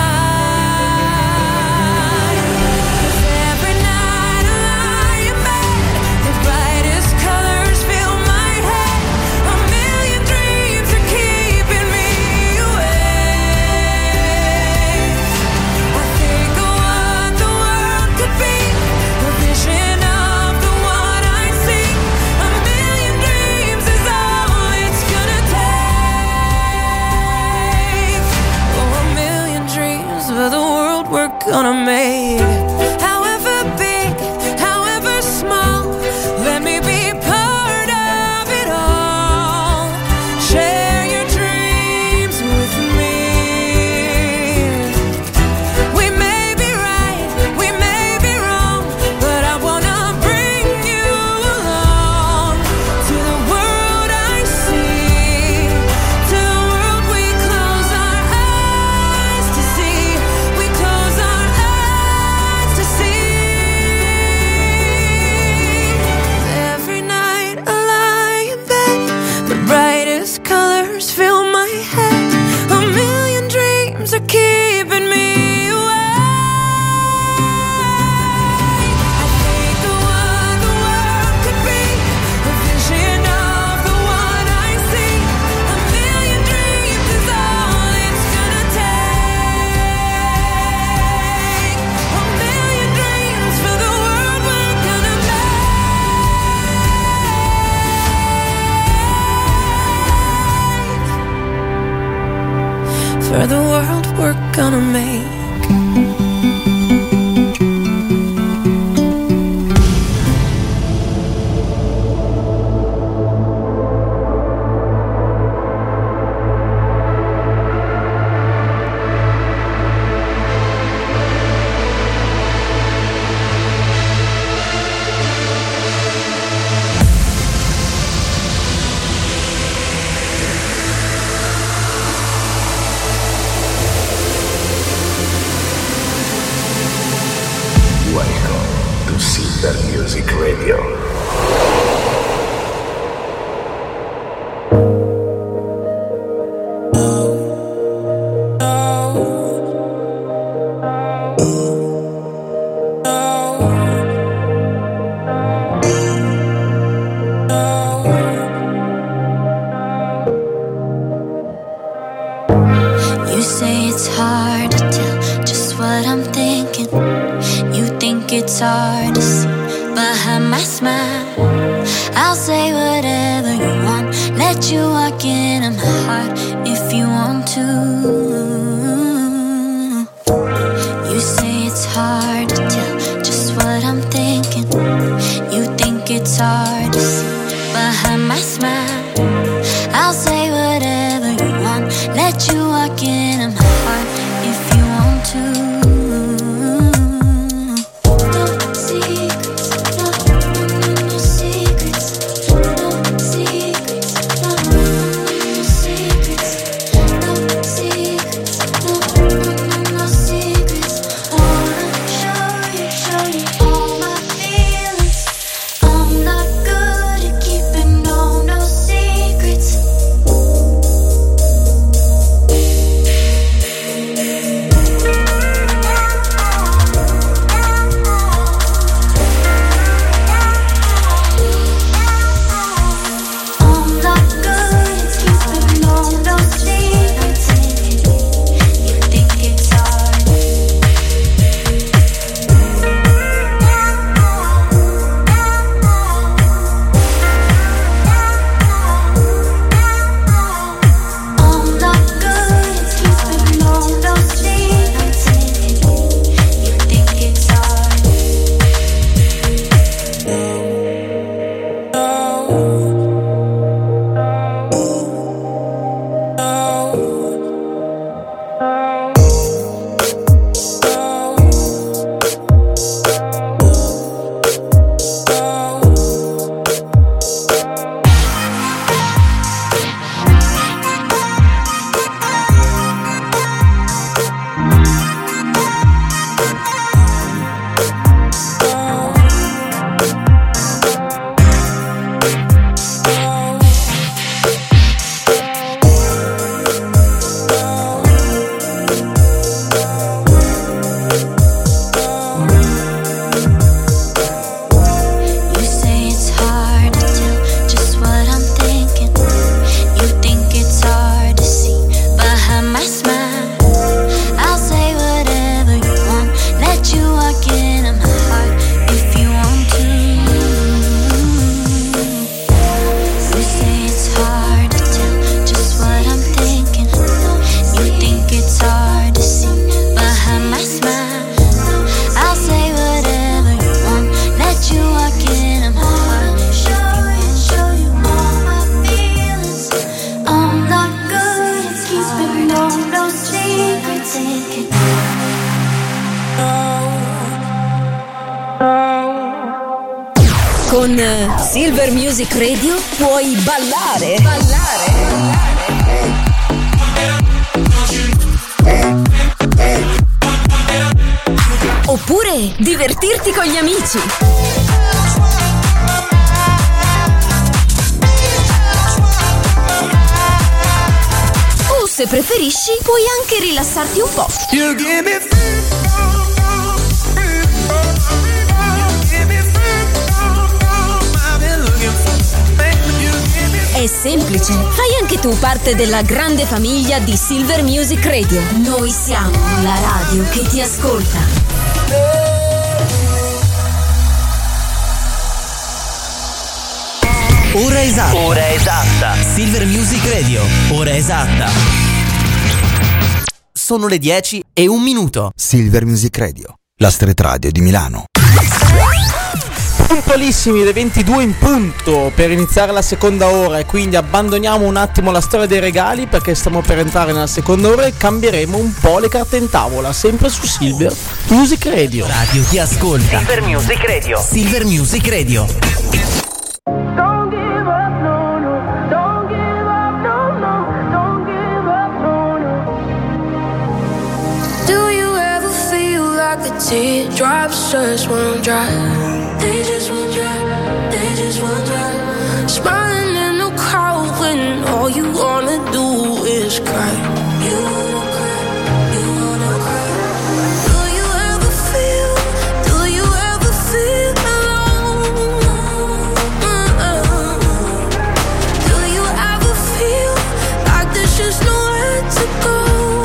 Gonna make, however big, however small, let me be part of it all. Share your dreams with me. We may be right, we may be wrong, but I wanna bring you along to the world I see, to the world we close our eyes to see. We close our eyes for the world we're gonna make. Music Radio. You say it's hard to tell just what I'm thinking. You think it's hard to see behind my smile. I'll say whatever you want, let you walk into my heart if you want to. You say it's hard to tell just what I'm thinking. You think it's hard to see behind my smile. I'll say whatever you want, let you walk into my heart if you want to. Con Silver Music Radio puoi ballare. Ballare. Oppure divertirti con gli amici. O se preferisci puoi anche rilassarti un po'. È semplice, fai anche tu parte della grande famiglia di Silver Music Radio. Noi siamo la radio che ti ascolta. Ora esatta. Ora esatta. Silver Music Radio. Ora esatta. sono le dieci e un minuto. Silver Music Radio, la street radio di Milano. Puntualissimi le ventidue in punto per iniziare la seconda ora, e quindi abbandoniamo un attimo la storia dei regali perché stiamo per entrare nella seconda ora e cambieremo un po' le carte in tavola, sempre su Silver Music Radio. Radio ti ascolta. Silver Music Radio. Silver Music Radio. Don't give up, no, no. Don't give up, no, no. Don't give up, no, no. Do you ever feel like the teardrops just won't dry? They just won't dry, they just won't dry. Smiling in the crowd when all you wanna do is cry. You wanna cry, you wanna cry. Do you ever feel, do you ever feel alone? Do you ever feel like there's just nowhere to go?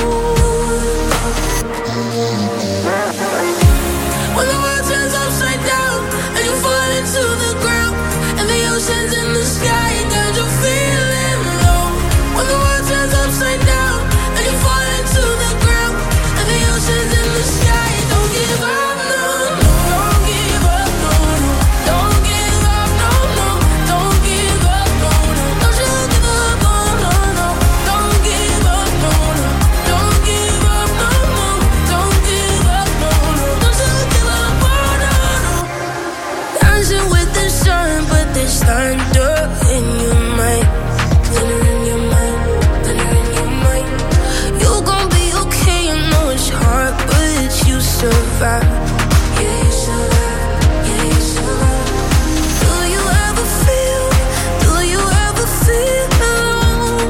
When the world turns upside down and you fall into the ground, and the ocean's in the sky and you're feeling low. When the world turns upside down and you fall into the ground, and the ocean's in the sky, don't give up, no, no. Don't give up, no, no. Don't give up, no, no. Don't give up, no, no. Don't you give up, no, no, no. Don't give up, no, no. Don't give up, no, no. Don't give up, no, no. Don't you give up, oh, no, no. Dancing with the sun, but there's thunder in your mind. Thunder in your mind, thunder in your mind. You gon' be okay, I know it's hard, but you survive. Yeah, you survive, yeah, you survive. Do you ever feel, do you ever feel alone?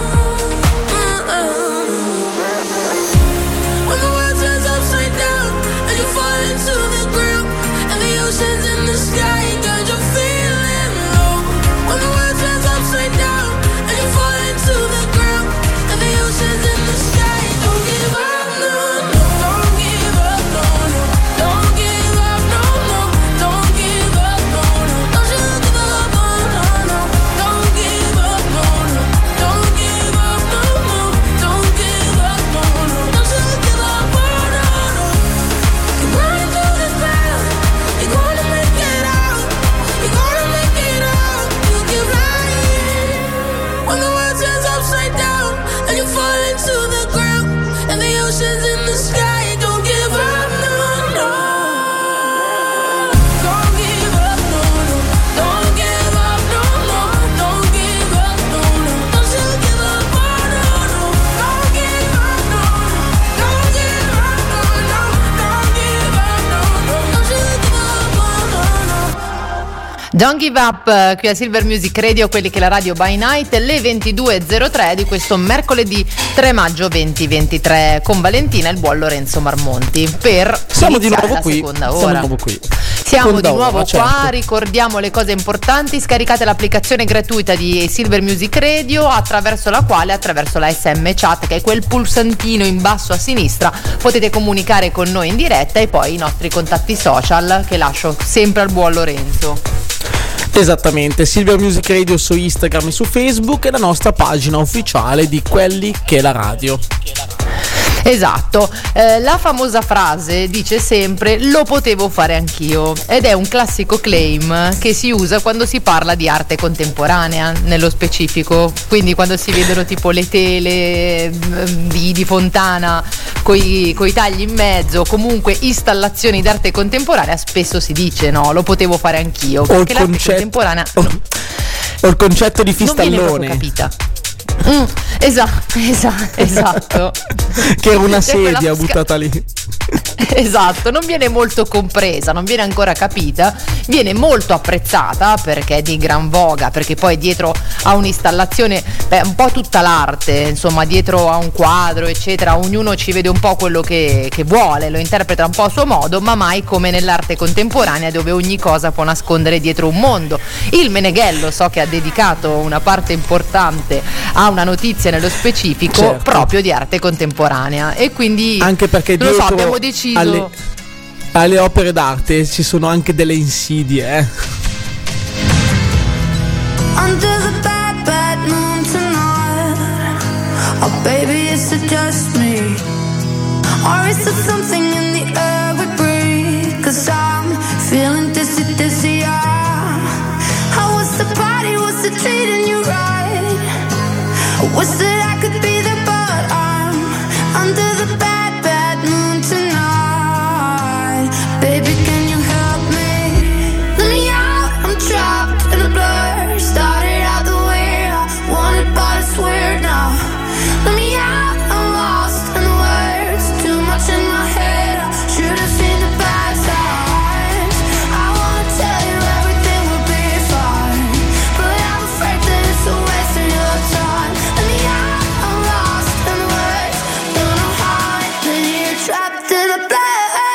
When the world turns upside down and you fall into the ground, and the ocean's in the sky and you're feeling low. When the world turns upside down and you fall into the ground, and the ocean's in the sky, don't give up, no, no. Don't give up, no, no. Don't give up, no, no. Don't give up, no, no. Don't you give up, oh, no, no. Don't give up, no, no. Don't give up, no, no. Don't give up, no, no. Don't you give up, oh, no, no. You're running through the ground, you're gonna make it out, you're gonna make it out. You keep lying. When the world turns upside down and you fall into the ground, and the ocean's in the sky, don't give up, no, no. Don't give up, no, no. Don't give up, no, no. Don't give up, no, no. Don't you give up, oh, no, no. Don't give up, no, no. Don't give up, no, no. Don't give up, no, no. Don't you give up, oh, no, no. Don't Give Up, eh, qui a Silver Music Radio, quelli che la radio by night, le ventidue e zero tre di questo mercoledì tre maggio duemilaventitré, con Valentina e il buon Lorenzo Marmonti per Siamo di iniziare nuovo la qui. seconda Siamo ora. di nuovo qui. Siamo Seconda di nuovo ora, qua, certo. ricordiamo le cose importanti: scaricate l'applicazione gratuita di Silver Music Radio, attraverso la quale, attraverso la S M Chat, che è quel pulsantino in basso a sinistra, potete comunicare con noi in diretta, e poi i nostri contatti social che lascio sempre al buon Lorenzo. Esattamente, Silver Music Radio su Instagram e su Facebook, e la nostra pagina ufficiale di Quelli che la radio. Esatto, eh, la famosa frase dice sempre "lo potevo fare anch'io", ed è un classico claim che si usa quando si parla di arte contemporanea, nello specifico, quindi quando si vedono tipo le tele di, di Fontana coi, coi tagli in mezzo, comunque installazioni d'arte contemporanea, spesso si dice "no, lo potevo fare anch'io", O perché il l'arte concetto, contemporanea o, o il concetto di non viene proprio fistallone capita. Mm, esatto, esatto, esatto. che era una C'è quella sedia sca- buttata lì. Esatto, non viene molto compresa, non viene ancora capita, viene molto apprezzata perché è di gran voga, perché poi dietro a un'installazione, beh, un po' tutta l'arte, insomma, dietro a un quadro, eccetera, ognuno ci vede un po' quello che, che vuole, lo interpreta un po' a suo modo, ma mai come nell'arte contemporanea, dove ogni cosa può nascondere dietro un mondo. Il Meneghello so che ha dedicato una parte importante a una notizia nello specifico, certo, proprio di arte contemporanea, e quindi anche perché non lo dietro so, abbiamo deciso alle, alle opere d'arte ci sono anche delle insidie, eh. Under the bad, bad moon tonight, Oh baby, is it just me? Or is it something in the air we breathe? Cause I'm feeling dizzy, dizzy, yeah. How was the party? Was it treating you right? Was it I could be there, but I'm under the bad, bad moon tonight. Baby, can you help me? Let me out, I'm trapped in a blur. Started out the way I wanted, but it's weird now. Let me out, I'm lost in the words. Too much in my head, I should have seen the bad signs. I wanna tell you everything will be fine, but I'm afraid that it's a waste of your time. Let me out, I'm lost in the words. Don't know how I've been here, trapped in a blur.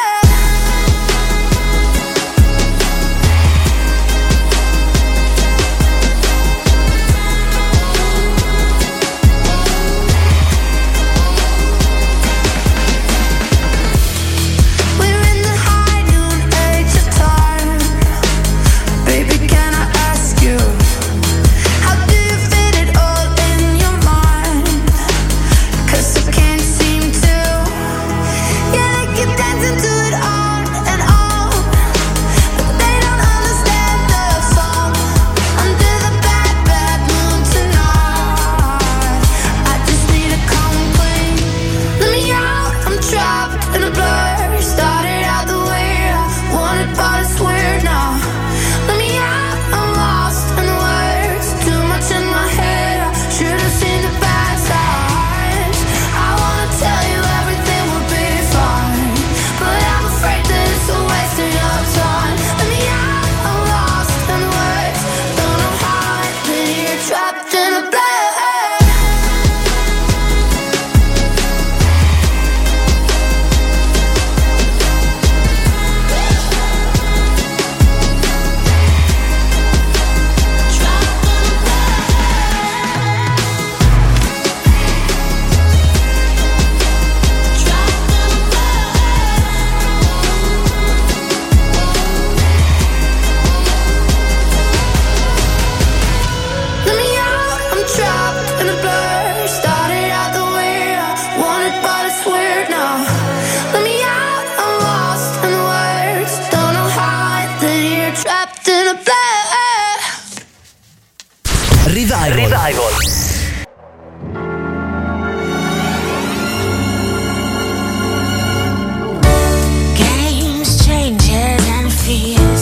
Games, changes and fears.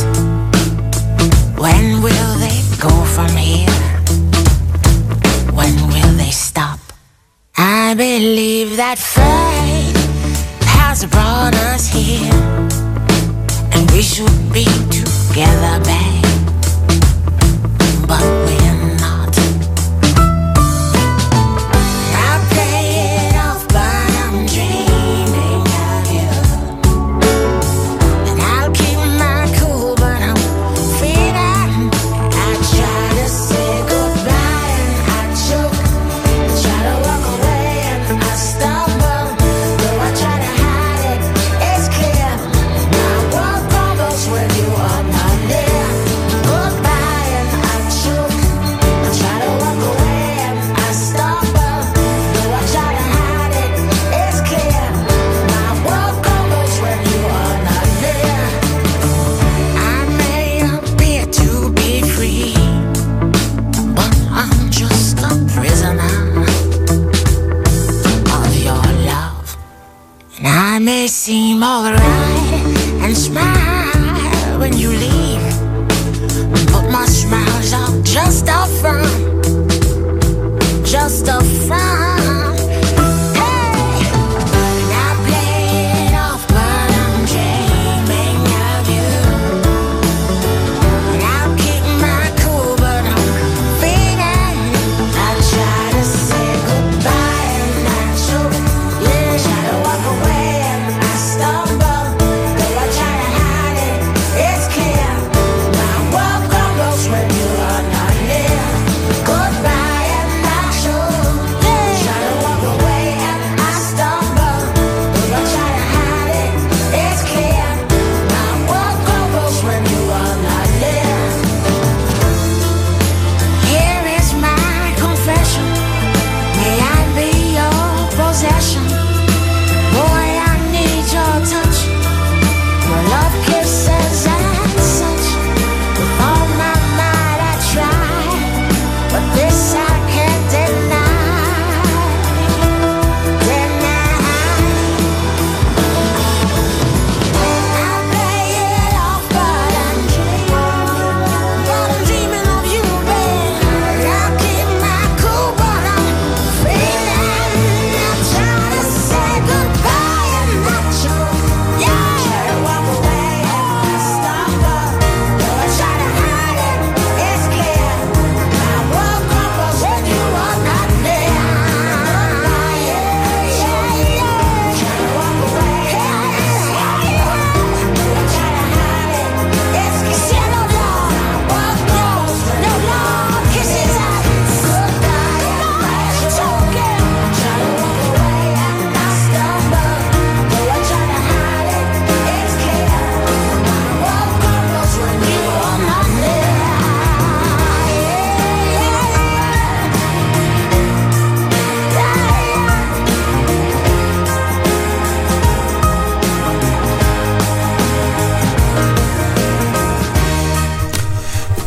When will they go from here? When will they stop? I believe that fate has brought us here, and we should be together, babe, but we're not. I play it off, but I'm dreaming of you, and I'll keep my cool, but I'm feeling. I try to say goodbye and I choke, I try to walk away and I stumble, though I try to hide it, it's clear. My world crumbles when you are not there. Goodbye and I choke, I try to walk away and I stumble, though I try to hide it, it's clear. My world crumbles when you are not there. I may appear to be free, but I'm just a prisoner of your love. And I may seem alright and smile when you leave, but my smiles are just a front, just a front. Hey, and I play it off, but I'm dreaming of you, and I'll keep my cool, but I'm feeling. I try to say goodbye and I choke, yeah, try to walk away and I stumble, though I try to hide it, it's clear. My world crumbles when you are not near. Goodbye and I choke, yeah.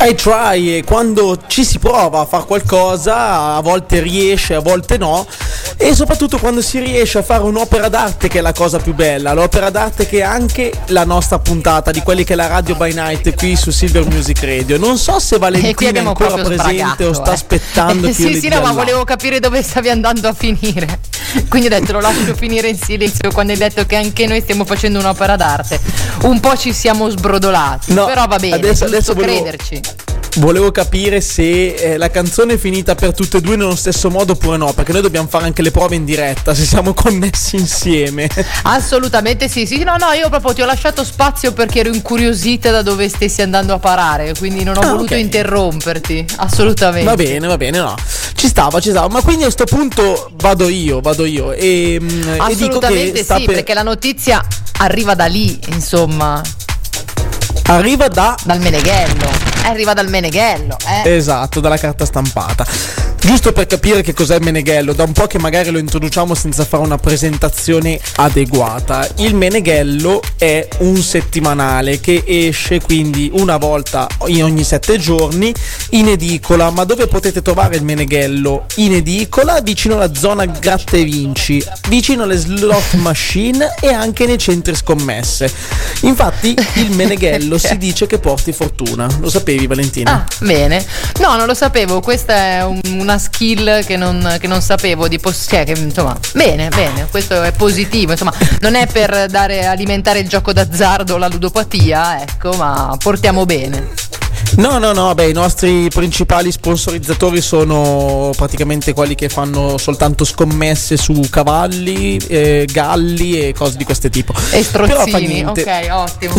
I try, e quando ci si prova a fare qualcosa a volte riesce, a volte no, e soprattutto quando si riesce a fare un'opera d'arte, che è la cosa più bella, l'opera d'arte che è anche la nostra puntata di quelli che è la Radio by Night qui su Silver Music Radio. Non so se Valentina è ancora presente o sta eh. aspettando che sì, io le sì, dia no, ma là. volevo capire dove stavi andando a finire. Quindi ho detto lo lascio finire in silenzio quando hai detto che anche noi stiamo facendo un'opera d'arte. Un po' ci siamo sbrodolati, No, però va bene, adesso- adesso giusto volevo- crederci. Volevo capire se eh, la canzone è finita per tutte e due nello stesso modo oppure no, perché noi dobbiamo fare anche le prove in diretta, se siamo connessi insieme. Assolutamente sì, sì, no, no, io proprio ti ho lasciato spazio perché ero incuriosita da dove stessi andando a parare, quindi non ho Ah, voluto ok. interromperti, assolutamente. Va bene, va bene, no. Ci stava, ci stava, ma quindi a sto punto vado io, vado io e, mm, e dico che Assolutamente sta sì, per... perché la notizia arriva da lì, insomma. Arriva da... Dal Meneghello. Arriva dal Meneghello, eh. Esatto, dalla carta stampata. Giusto per capire che cos'è il Meneghello, da un po' che magari lo introduciamo senza fare una presentazione adeguata. Il Meneghello è un settimanale che esce quindi una volta in ogni sette giorni in edicola. Ma dove potete trovare il Meneghello in edicola? Vicino alla zona Gratta e Vinci, vicino alle slot machine e anche nei centri scommesse. Infatti il Meneghello si dice che porti fortuna. Lo sapevi, Valentina? Ah, bene. No, non lo sapevo, questa è un- una skill che non, che non sapevo di poss- cioè, che, insomma, bene, bene, questo è positivo, insomma, non è per dare alimentare il gioco d'azzardo o la ludopatia, ecco, ma portiamo bene. No, no, no, beh, i nostri principali sponsorizzatori sono praticamente quelli che fanno soltanto scommesse su cavalli, eh, galli e cose di questo tipo. E Però fa strozzini, niente. ok, ottimo.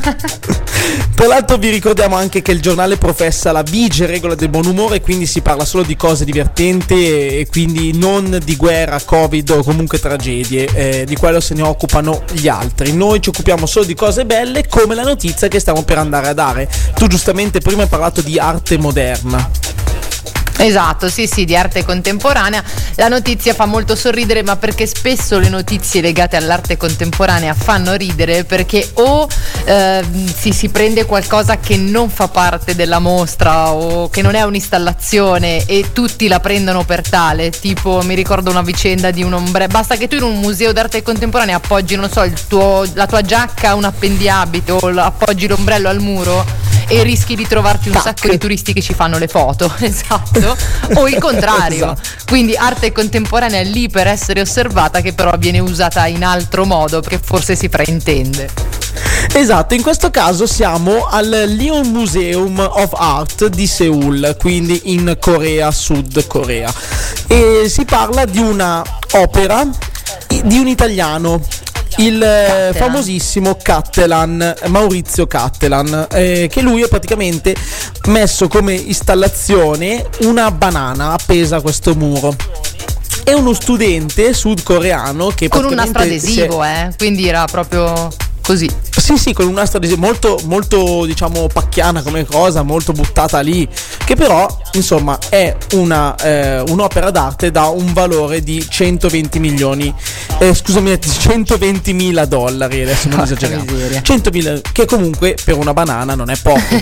Tra l'altro vi ricordiamo anche che il giornale professa la vige regola del buon umore, quindi si parla solo di cose divertenti e, e quindi non di guerra, covid o comunque tragedie, eh, di quello se ne occupano gli altri. Noi ci occupiamo solo di cose belle, come la notizia che stiamo per andare a dare. Tu giustamente prima hai parlato di arte moderna. Esatto, sì, sì, di arte contemporanea. La notizia fa molto sorridere, ma perché spesso le notizie legate all'arte contemporanea fanno ridere, perché o eh, si, si prende qualcosa che non fa parte della mostra o che non è un'installazione e tutti la prendono per tale, tipo mi ricordo una vicenda di un ombrello, basta che tu in un museo d'arte contemporanea appoggi, non so, il tuo, la tua giacca a un appendiabito o appoggi l'ombrello al muro e rischi di trovarti un sacco di turisti che ci fanno le foto, esatto, o il contrario. Esatto. Quindi arte contemporanea è lì per essere osservata, che però viene usata in altro modo perché forse si fraintende. Esatto, in questo caso siamo al Leon Museum of Art di Seoul, quindi in Corea, Sud Corea, e si parla di una opera di un italiano, il Cattelan. famosissimo Cattelan, Maurizio Cattelan, eh, che lui ha praticamente messo come installazione una banana appesa a questo muro. È uno studente sudcoreano che con un nastro praticamente si è- adesivo, eh, quindi era proprio così. Sì, sì, con un nastro adesivo molto, molto, diciamo, pacchiana come cosa, molto buttata lì, che però, insomma, è una, eh, un'opera d'arte da un valore di centoventi milioni, eh, scusami, centoventimila dollari, adesso non Porca esageriamo, miseria. centomila, che comunque per una banana non è poco.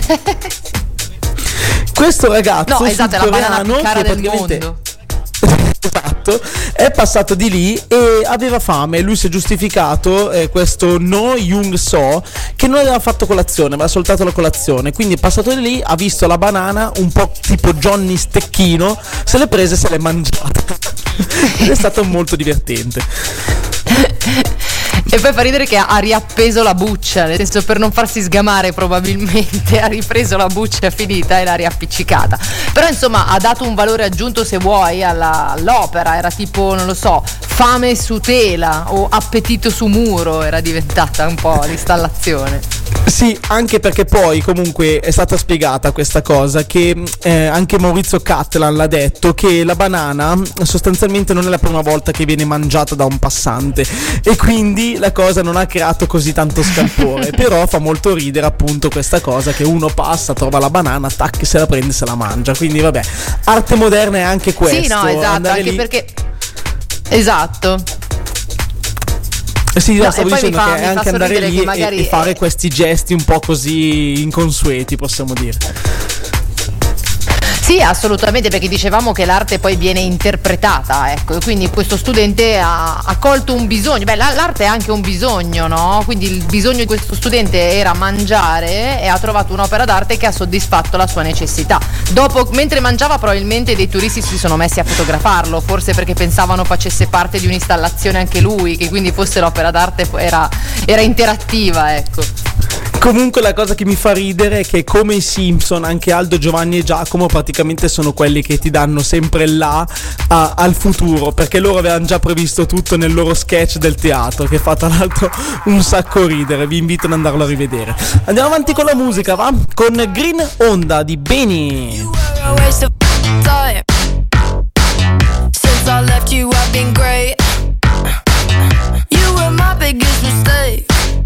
Questo ragazzo No, esatto, è la banana sudcoreano più cara che del praticamente mondo. Esatto, è passato di lì e aveva fame. Lui si è giustificato, eh, questo No Young So, che non aveva fatto colazione, aveva soltanto la colazione. Quindi è passato di lì, ha visto la banana, un po' tipo Johnny Stecchino, se l'è presa e se l'è mangiata. Ed è stato molto divertente. E poi fa ridere che ha riappeso la buccia, nel senso, per non farsi sgamare probabilmente ha ripreso la buccia finita e l'ha riappiccicata. Però insomma ha dato un valore aggiunto, se vuoi, alla, all'opera. Era tipo, non lo so, fame su tela o appetito su muro, era diventata un po' l'installazione. Sì, anche perché poi comunque è stata spiegata questa cosa, che eh, anche Maurizio Cattelan l'ha detto, che la banana sostanzialmente non è la prima volta che viene mangiata da un passante e quindi la cosa non ha creato così tanto scalpore. Però fa molto ridere appunto questa cosa, che uno passa, trova la banana, tac, se la prende, se la mangia. Quindi vabbè, arte moderna è anche questo. Sì, no, esatto, andare anche lì- perché esatto. Sì, no, No, stavo e poi dicendo mi fa- che mi è fa anche andare sorridere lì che e- magari e fare questi gesti un po' così inconsueti, possiamo dire. Sì, assolutamente, perché dicevamo che l'arte poi viene interpretata, ecco, e quindi questo studente ha, ha colto un bisogno. Beh, la, l'arte è anche un bisogno, no? Quindi il bisogno di questo studente era mangiare e ha trovato un'opera d'arte che ha soddisfatto la sua necessità. Dopo, mentre mangiava, probabilmente dei turisti si sono messi a fotografarlo, forse perché pensavano facesse parte di un'installazione anche lui, che quindi fosse l'opera d'arte era, era interattiva, ecco. Comunque la cosa che mi fa ridere è che, come i Simpson, anche Aldo, Giovanni e Giacomo praticamente sono quelli che ti danno sempre là a, al futuro, perché loro avevano già previsto tutto nel loro sketch del teatro, che fa tra l'altro un sacco ridere. Vi invito ad andarlo a rivedere. Andiamo avanti con la musica, va? Con Green Honda di Benny. Since I left you I've been great. You were my biggest mistake.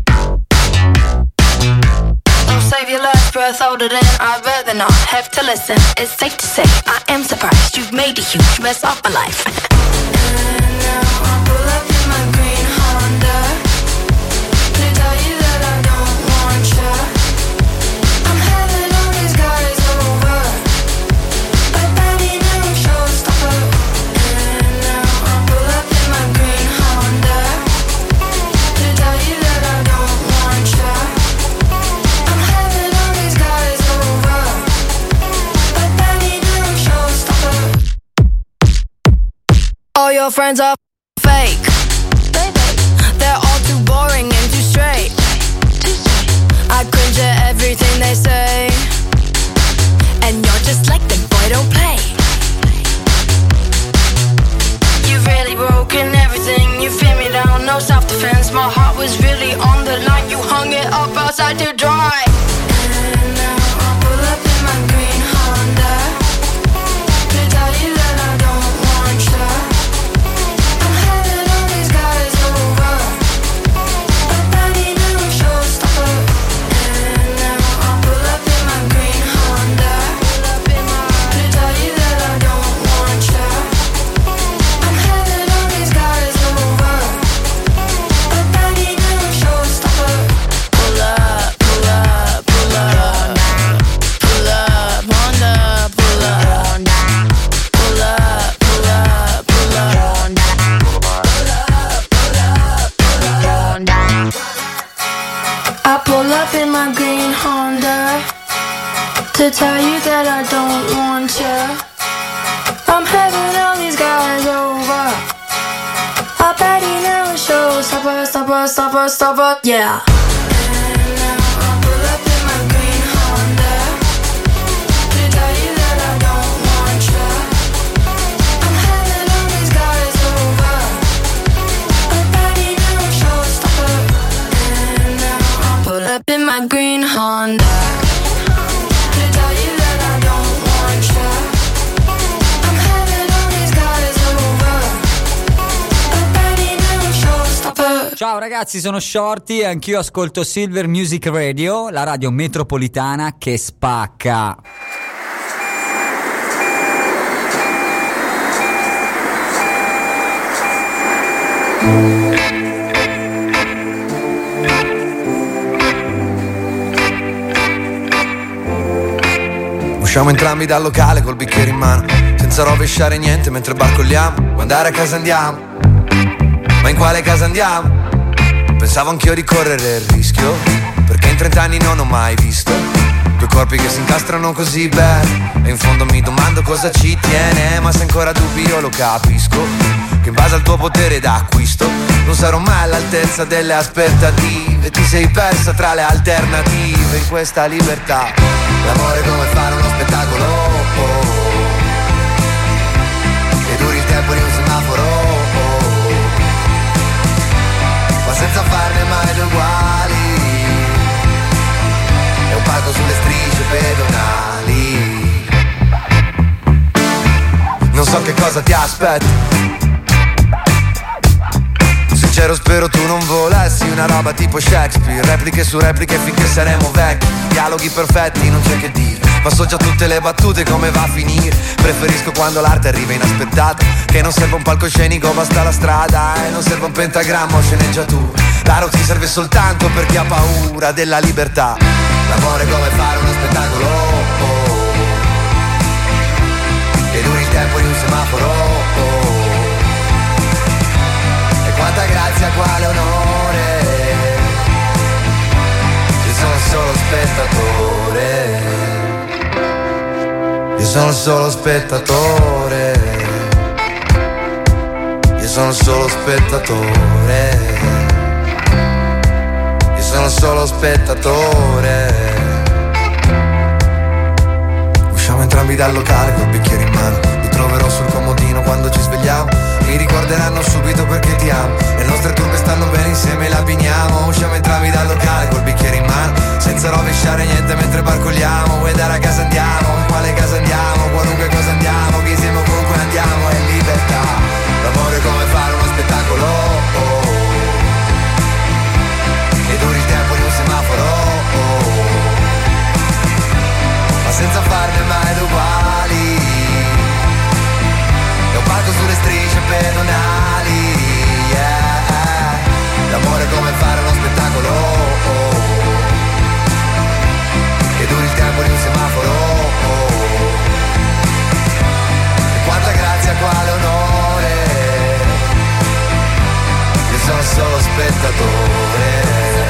Save your last breath older than I'd rather not have to listen. It's safe to say I am surprised you've made a huge mess of my life. And now I pull up in my green Honda to tell you that I don't want you. I'm having all these guys over, but that ain't no showstopper. And now I pull up in my green Honda to tell you that I don't want you. All your friends are fake. They're all too boring and too straight. I cringe at everything they say, and you're just like them, boy, don't play. You've really broken everything. You feel me down, no self-defense. My heart was really on the line. You hung it up outside to dry. And now I pull up in my green Honda to tell you that I don't want you. To tell you that I don't want you. I'm having all these guys over. I bet he never shows. Stopper, stopper, stopper, stopper, yeah. And now I pull up in my green Honda to tell you that I don't want you. I'm having all these guys over. I bet he never shows. Stopper. And now I pull up in my green Honda. Ciao ragazzi, sono Shorty e anch'io ascolto Silver Music Radio, la radio metropolitana che spacca. Usciamo entrambi dal locale col bicchiere in mano, senza rovesciare niente mentre barcolliamo. Vuoi andare a casa andiamo, ma in quale casa andiamo? Pensavo anch'io di correre il rischio, perché in trent'anni non ho mai visto due corpi che si incastrano così bene. E in fondo mi domando cosa ci tiene, ma se ancora dubbi io lo capisco, che in base al tuo potere d'acquisto non sarò mai all'altezza delle aspettative. Ti sei persa tra le alternative in questa libertà. L'amore è come fare uno spettacolo, oh, che duri il tempo di un semaforo, oh, ma senza farne mai due uguali. È un palco sulle strisce pedonali. Non so che cosa ti aspetti, sincero spero tu non volessi una roba tipo Shakespeare, repliche su repliche finché saremo vecchi, dialoghi perfetti, non c'è che dire, ma so già tutte le battute come va a finire. Preferisco quando l'arte arriva inaspettata, che non serve un palcoscenico, basta la strada, e non serve un pentagramma o sceneggiatura. L'aro ti serve soltanto per chi ha paura della libertà. L'amore è come fare uno spettacolo, oh, tempo di un semaforo. E quanta grazia, quale onore. Io sono solo spettatore. Io sono solo spettatore. Io sono solo spettatore. Io sono solo spettatore. Usciamo entrambi dal locale col bicchiere in mano. Lo troverò sul comodino quando ci svegliamo. Mi ricorderanno subito perché ti amo. Le nostre turbe stanno bene insieme, le abbiniamo. Usciamo entrambi dal locale col bicchiere in mano, senza rovesciare niente mentre barcolliamo. Vuoi andare a casa andiamo, in quale casa andiamo, qualunque cosa andiamo, che insieme ovunque andiamo è libertà. L'amore è come fare uno spettacolo, oh. E duri il tempo di un semaforo, oh. Ma senza farne mai uguali. E un palco sulle strisce pedonali, yeah. L'amore è come fare uno spettacolo, oh. E duri il tempo di un semaforo, oh. E quanta grazia, quale onore. Io sono solo spettatore.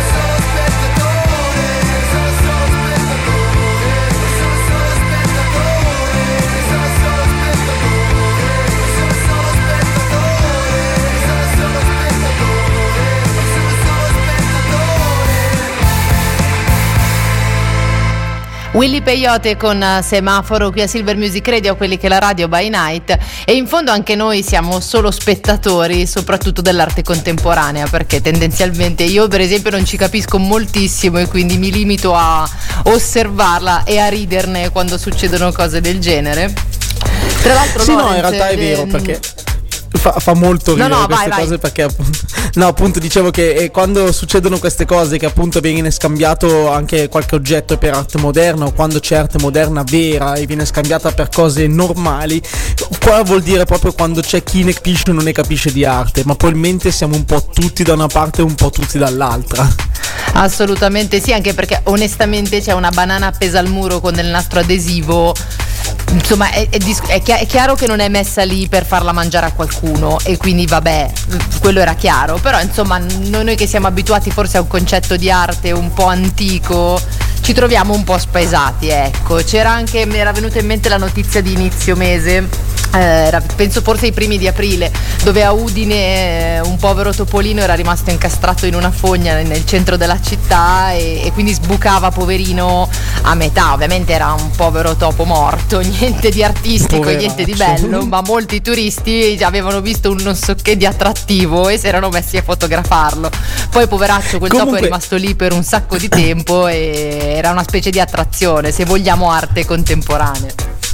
Willy Peyote con Semaforo qui a Silver Music Radio, quelli che la radio by night, e in fondo anche noi siamo solo spettatori, soprattutto dell'arte contemporanea, perché tendenzialmente io per esempio non ci capisco moltissimo e quindi mi limito a osservarla e a riderne quando succedono cose del genere. Tra l'altro sì, Lorenz, no, in realtà è vero, perché Fa, fa molto ridere no, no, queste vai, cose vai. perché no, appunto dicevo che eh, quando succedono queste cose, che appunto viene scambiato anche qualche oggetto per arte moderna, o quando c'è arte moderna vera e viene scambiata per cose normali, qua vuol dire proprio quando c'è chi ne capisce o non ne capisce di arte, ma probabilmente siamo un po' tutti da una parte e un po' tutti dall'altra. Assolutamente sì, anche perché onestamente c'è una banana appesa al muro con del nastro adesivo. Insomma è, è, è, chi- è chiaro che non è messa lì per farla mangiare a qualcuno, e quindi vabbè, quello era chiaro, però insomma noi, noi che siamo abituati forse a un concetto di arte un po' antico ci troviamo un po' spaesati, ecco. C'era anche, mi era venuta in mente la notizia di inizio mese, eh, era, penso forse i primi di aprile, dove a Udine eh, un povero topolino era rimasto incastrato in una fogna nel centro della città e, e quindi sbucava poverino a metà. Ovviamente era un povero topo morto, niente di artistico, Poveraccio. niente di bello, ma molti turisti avevano visto un non so che di attrattivo e si erano messi a fotografarlo. Poi poveraccio quel Comunque, topo è rimasto lì per un sacco di tempo e era una specie di attrazione, se vogliamo arte contemporanea.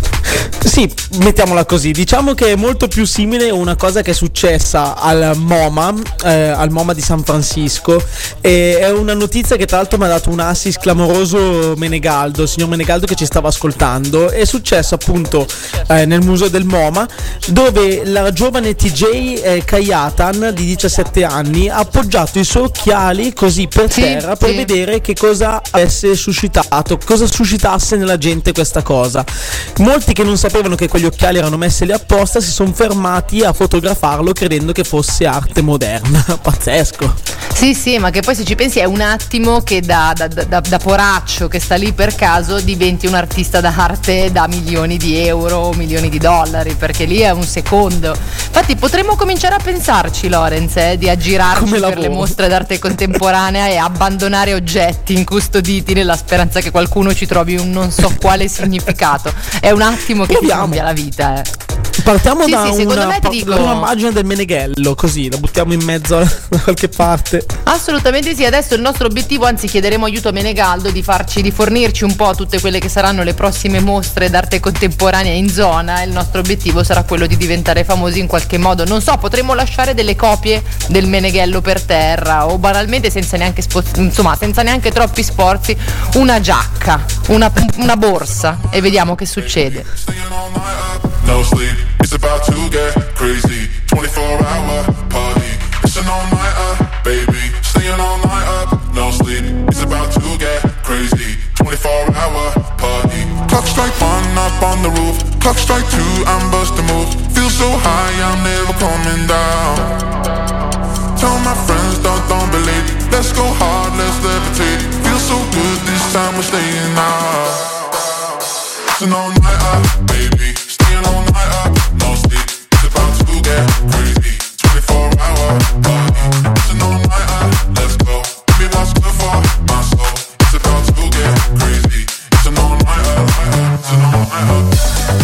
Sì, mettiamola così, diciamo che è molto più simile a una cosa che è successa al MoMA, eh, al MoMA di San Francisco, e è una notizia che tra l'altro mi ha dato un assist clamoroso Menegaldo, il signor Menegaldo che ci stava ascoltando. È successo appunto eh, nel museo del MoMA, dove la giovane T J eh, Kayatan di diciassette anni ha appoggiato i suoi occhiali così per Sì, terra per sì. vedere che cosa avesse suscitato, cosa suscitasse nella gente questa cosa. Molti che non sapevano che quegli occhiali erano messi lì apposta si sono fermati a fotografarlo credendo che fosse arte moderna. Pazzesco. Sì, sì, ma che poi se ci pensi è un attimo che da, da, da, da poraccio che sta lì per caso diventi un artista d'arte da milioni di euro o milioni di dollari, perché lì è un secondo. Infatti potremmo cominciare a pensarci, Lorenz, eh, di aggirarci Come per lavoro. le mostre d'arte contemporanea e abbandonare oggetti incustoditi nella speranza che qualcuno ci trovi un non so quale significato. È un attimo che ti Proviamo. cambia la vita, eh. Partiamo Sì, da, sì, secondo una, me ti pa- dico- da una pagina del Meneghello, così la buttiamo in mezzo da qualche parte. Assolutamente sì, adesso il nostro obiettivo, anzi chiederemo aiuto a Menegaldo di farci, di fornirci un po' tutte quelle che saranno le prossime mostre d'arte contemporanea in zona, e il nostro obiettivo sarà quello di diventare famosi in qualche modo. Non so, potremmo lasciare delle copie del Meneghello per terra, o banalmente senza neanche spo- insomma senza neanche troppi sforzi una giacca, una, una borsa, e vediamo che succede. No sleep, it's about to get crazy. twenty-four hour party, it's an all-nighter, baby. Staying all night up, no sleep, it's about to get crazy. twenty-four hour party. Clock strike one up on the roof. Clock strike two, I'm busting moves. Feel so high, I'm never coming down. Tell my friends, don't, don't believe. Let's go hard, let's levitate. Feel so good, this time we're staying out. It's an all night up, baby. Staying all night up, no sleep. It's about to get crazy. twenty-four hour party. It's an all night up, let's go. Give me what's good for my soul. It's about to get crazy. It's an all night up, it's an all night up.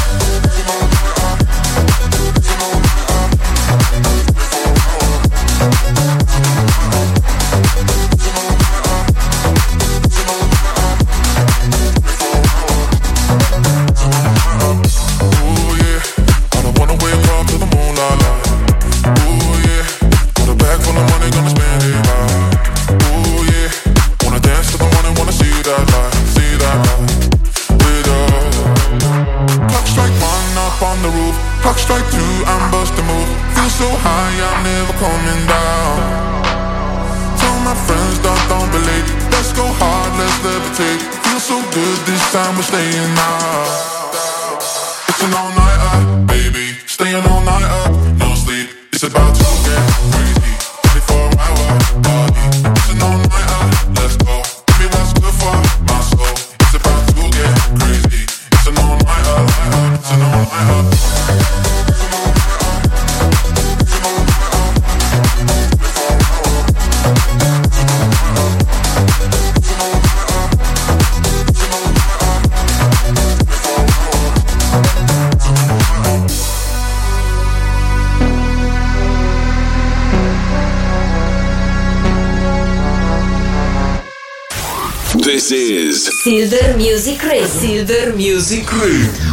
Clock strike two, I'm busting move. Feel so high, I'm never coming down. Tell my friends, don't, don't believe. Let's go hard, let's levitate. Feel so good, this time we're staying out. It's an all night up, baby. Staying all night up, no sleep. It's about to get crazy. twenty-four hour party. It's an all night up, let's go. Give me what's good for my soul. It's about to get crazy. It's an all night up, it's an all night up. This is Silver Music Radio. Silver Music Radio.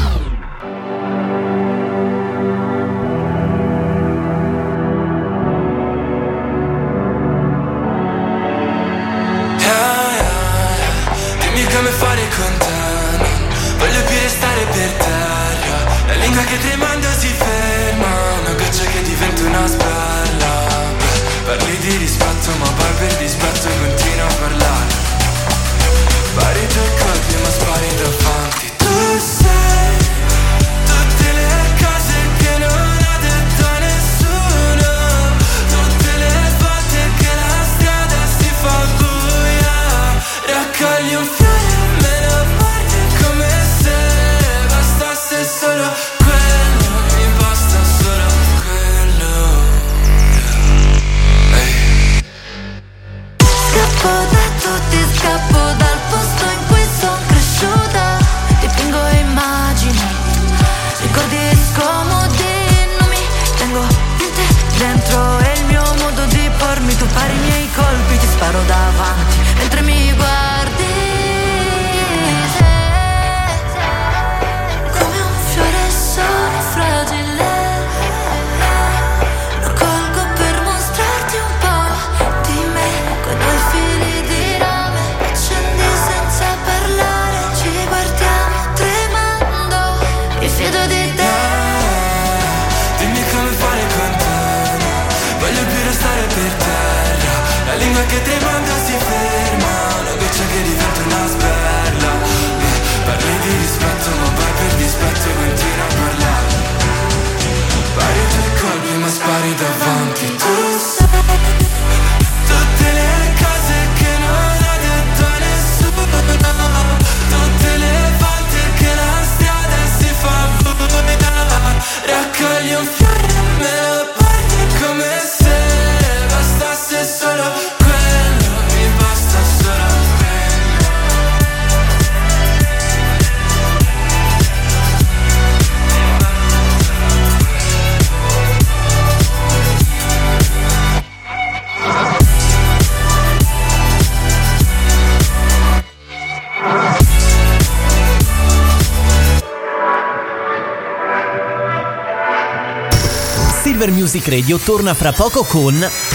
Silver Music Radio torna fra poco con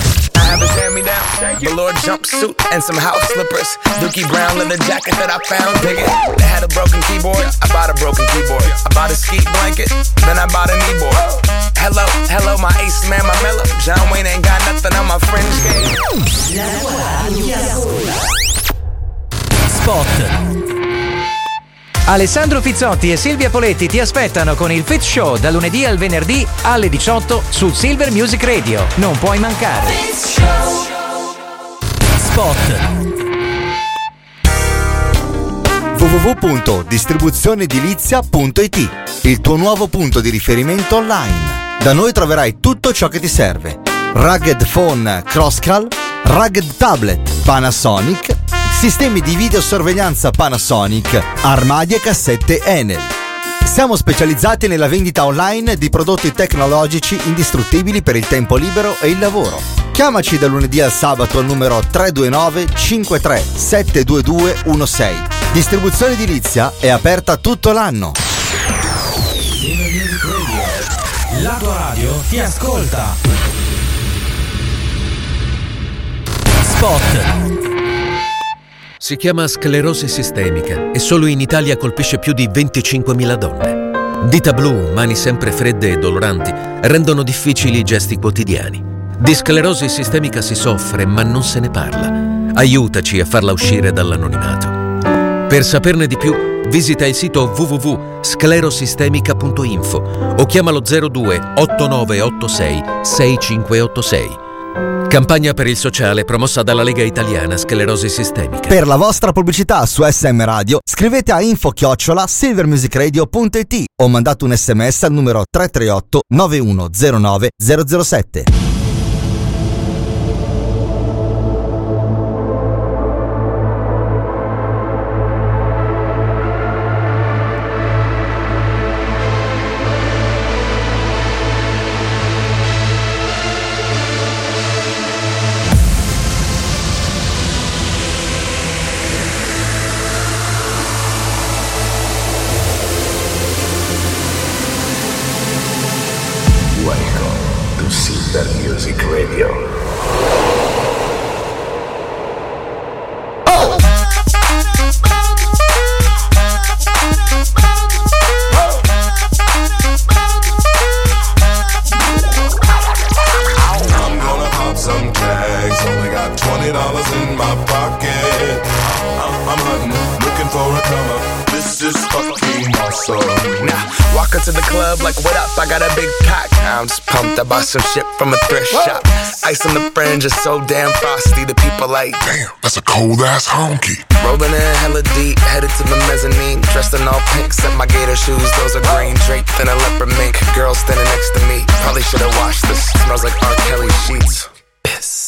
I have a hand-me-down, velour jumpsuit and some house slippers. Dookie brown leather jacket that I found, dig it. They had a broken keyboard, I bought a broken keyboard. I bought a ski blanket, then I bought a kneeboard. Hello, hello, my ace man, my mellow. John Wayne ain't got nothing on my fringe game. Spot. Alessandro Fizzotti e Silvia Poletti ti aspettano con il Fitz Show dal lunedì al venerdì alle diciotto su Silver Music Radio. Non puoi mancare. Spot. w w w punto distribuzione edilizia punto i t, il tuo nuovo punto di riferimento online. Da noi troverai tutto ciò che ti serve: rugged phone Crosscall, rugged tablet Panasonic, sistemi di videosorveglianza Panasonic, armadi e cassette Enel. Siamo specializzati nella vendita online di prodotti tecnologici indistruttibili per il tempo libero e il lavoro. Chiamaci da lunedì al sabato al numero tre due nove cinque tre sette due due uno sei. Distribuzione edilizia è aperta tutto l'anno. La tua radio ti ascolta. Spot. Si chiama sclerosi sistemica e solo in Italia colpisce più di venticinquemila donne. Dita blu, mani sempre fredde e doloranti rendono difficili i gesti quotidiani. Di sclerosi sistemica si soffre, ma non se ne parla. Aiutaci a farla uscire dall'anonimato. Per saperne di più, visita il sito w w w punto sclerosistemica punto info o chiamalo zero due otto nove otto sei sei cinque otto sei. Campagna per il sociale promossa dalla Lega Italiana Sclerosi Sistemica. Per la vostra pubblicità su S M Radio scrivete a info chiocciola silvermusicradio punto i t o mandate un sms al numero tre tre otto nove uno zero nove zero zero sette. Silver Music Radio. Oh! I'm gonna pop some tags. Only got twenty dollars in my pocket. I'm, I'm hunting, looking for a come up. This is fucking awesome. Now, walk into the club like, what up? I got a big cock. I'm just pumped. I bought some shit from a thrift shop. Ice on the fringe is so damn frosty. The people like, damn, that's a cold ass honky. Rolling in hella deep, headed to the mezzanine. Dressed in all pink, except my gator shoes. Those are green, draped in a leopard mink. Girl standing next to me. Probably should've washed this. Smells like R. Kelly sheets. Piss.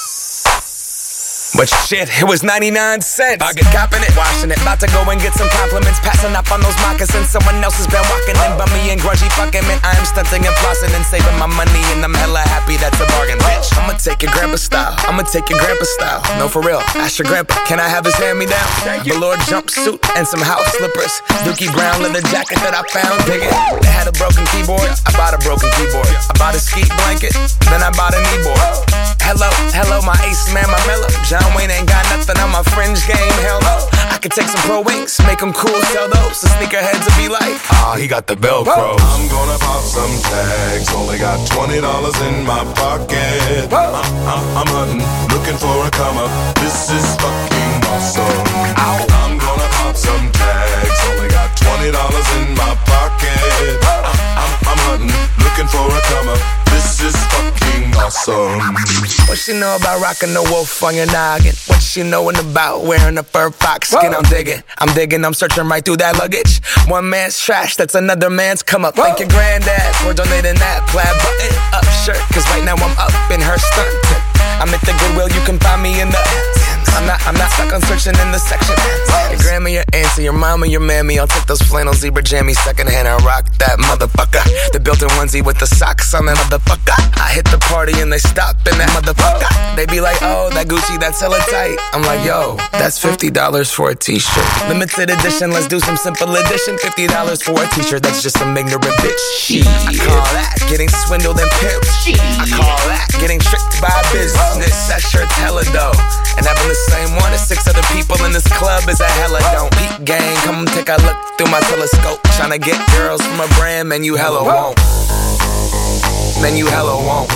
But shit, it was ninety-nine cents. I get copping it, washing it. About to go and get some compliments. Passing up on those moccasins. Someone else has been walking in. Bummy and grungy fucking man. I am stunting and flossing and saving my money. And I'm hella happy that's a bargain, bitch. I'ma take your grandpa style. I'ma take your grandpa style. No, for real. Ask your grandpa, can I have his hand-me-down? Velour jumpsuit and some house slippers. Dookie brown leather jacket that I found. Dig it. They had a broken keyboard. I bought a broken keyboard. I bought a ski blanket. Then I bought a kneeboard. Hello, hello, my ace man, my mellow. John Wayne ain't got nothing on my fringe game, hell no. I could take some pro wings, make them cool, sell those. The sneakerheads will be like, ah, oh, he got the Velcro. I'm gonna pop some tags, only got twenty dollars in my pocket. I'm, I'm, I'm hunting, looking for a come up. This is fucking awesome. Ow. I'm gonna pop some tags, only got twenty dollars in my pocket. I'm, I'm, I'm hunting, looking for a come up. This is fucking awesome. What she know about rocking the wolf on your noggin? What she knowin' about wearing a fur fox skin? I'm digging, I'm digging, I'm searching right through that luggage. One man's trash, that's another man's come up. Thank your granddad for donating that plaid button up shirt. Cause right now I'm up in her skirt. I'm at the Goodwill, you can find me in the I'm not, I'm not stuck on searching in the section. Your grandma, your auntie, your mama, your mammy. I'll take those flannel zebra jammies secondhand and rock that motherfucker. The built-in onesie with the socks on that motherfucker. I hit the party and they stop in that motherfucker. They be like, oh, that Gucci, that's hella tight. I'm like, yo, that's fifty dollars for a t-shirt. Limited edition, let's do some simple edition. fifty dollars for a t-shirt, that's just some ignorant bitch. Shit. I call that getting swindled and pimped. Shit. I call that getting tricked by business. That shirt's hella dope. And having the same one as six other people in this club is a hella don't. Peak gang, come take a look through my telescope. Tryna get girls from a brand, man, you hella won't. Man, you hella won't.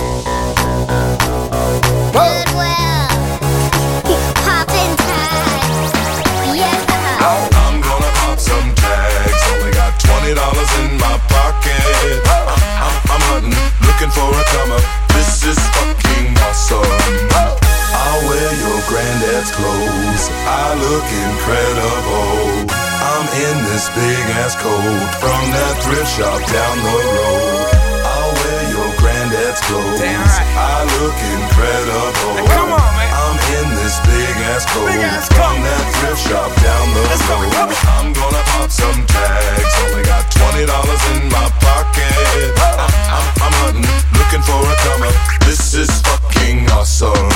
Goodwill, poppin' tags, yeah. I'm gonna pop some tags. look incredible. I'm in this big ass coat from that thrift shop down the road. I'll wear your granddad's clothes. Damn right. I look incredible. Hey, come on, man. I'm in this big ass coat from that thrift shop down the Let's road. Go, I'm gonna pop some tags. Only got twenty dollars in my pocket. I'm, I'm, I'm hunting, looking for a comer. This is fucking awesome.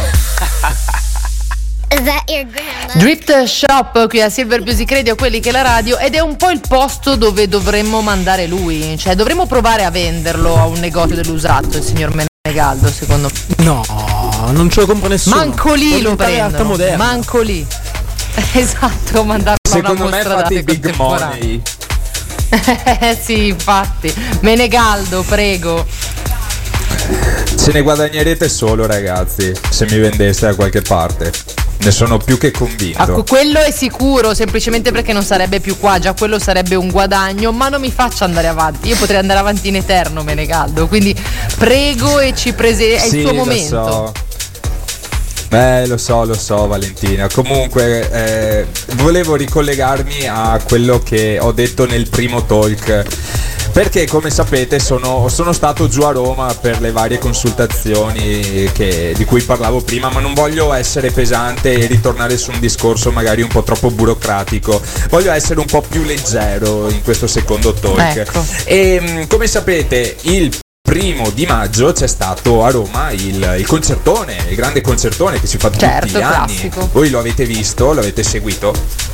Is that your grandma? Drift Shop qui a Silver Music Radio, quelli che la radio, ed è un po' il posto dove dovremmo mandare lui, cioè dovremmo provare a venderlo a un negozio dell'usato, il signor Menegaldo, secondo me. No, non ce lo compra nessuno. Manco lì lo prendono, manco lì. Esatto, mandarlo secondo a una me mostra fate d'arte big money. Eh sì, infatti. Menegaldo, prego. Se ne guadagnerete solo, ragazzi, se mi vendeste da qualche parte. Ne sono più che convinto. Ecco, quello è sicuro, semplicemente perché non sarebbe più qua, già quello sarebbe un guadagno, ma non mi faccia andare avanti. Io potrei andare avanti in eterno, Menegaldo, quindi prego e ci presenti, è sì, il tuo lo momento. So. Beh, lo so, lo so, Valentina. Comunque, eh, volevo ricollegarmi a quello che ho detto nel primo talk. Perché come sapete sono, sono stato giù a Roma per le varie consultazioni che, di cui parlavo prima, ma non voglio essere pesante e ritornare su un discorso magari un po' troppo burocratico. Voglio essere un po' più leggero in questo secondo talk. Ecco. E come sapete il primo di maggio c'è stato a Roma il, il concertone, il grande concertone che si fa tutti Certo, gli anni. classico. Voi lo avete visto? Lo avete seguito?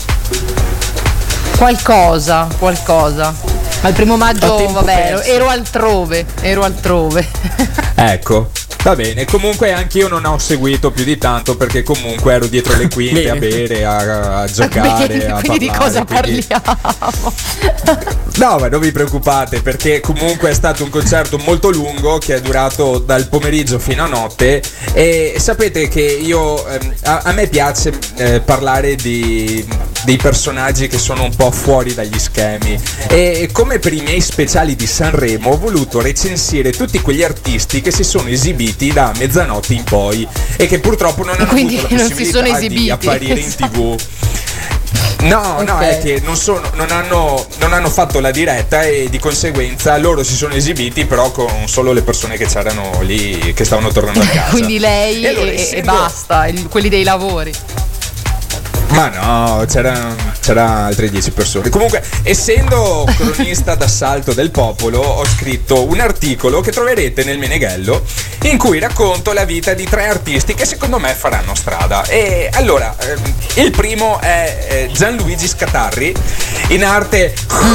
Qualcosa, qualcosa. Ma il primo maggio, vabbè, ero, ero altrove, ero altrove. Ecco, va bene. Comunque anch'io non ho seguito più di tanto perché comunque ero dietro le quinte a bere, a, a giocare, bene, a quindi parlare. di cosa quindi... parliamo? No, ma non vi preoccupate perché comunque è stato un concerto molto lungo che è durato dal pomeriggio fino a notte e sapete che io ehm, a, a me piace eh, parlare di, dei personaggi che sono un po' fuori dagli schemi e come per i miei speciali di Sanremo ho voluto recensire tutti quegli artisti che si sono esibiti da mezzanotte in poi e che purtroppo non hanno Quindi avuto la non si sono possibilità esibiti, di apparire in esatto. tivù. No, no, Ok. è che non, sono, non, hanno, non hanno fatto la diretta e di conseguenza loro si sono esibiti però con solo le persone che c'erano lì, che stavano tornando a casa. Quindi lei E allora, e, essendo- e basta, il- quelli dei lavori. Ma no, c'era, c'era altre dieci persone. Comunque, essendo cronista d'assalto del popolo, ho scritto un articolo che troverete nel Meneghello in cui racconto la vita di tre artisti che secondo me faranno strada. E allora, ehm, il primo è eh, Gianluigi Scatarri, in arte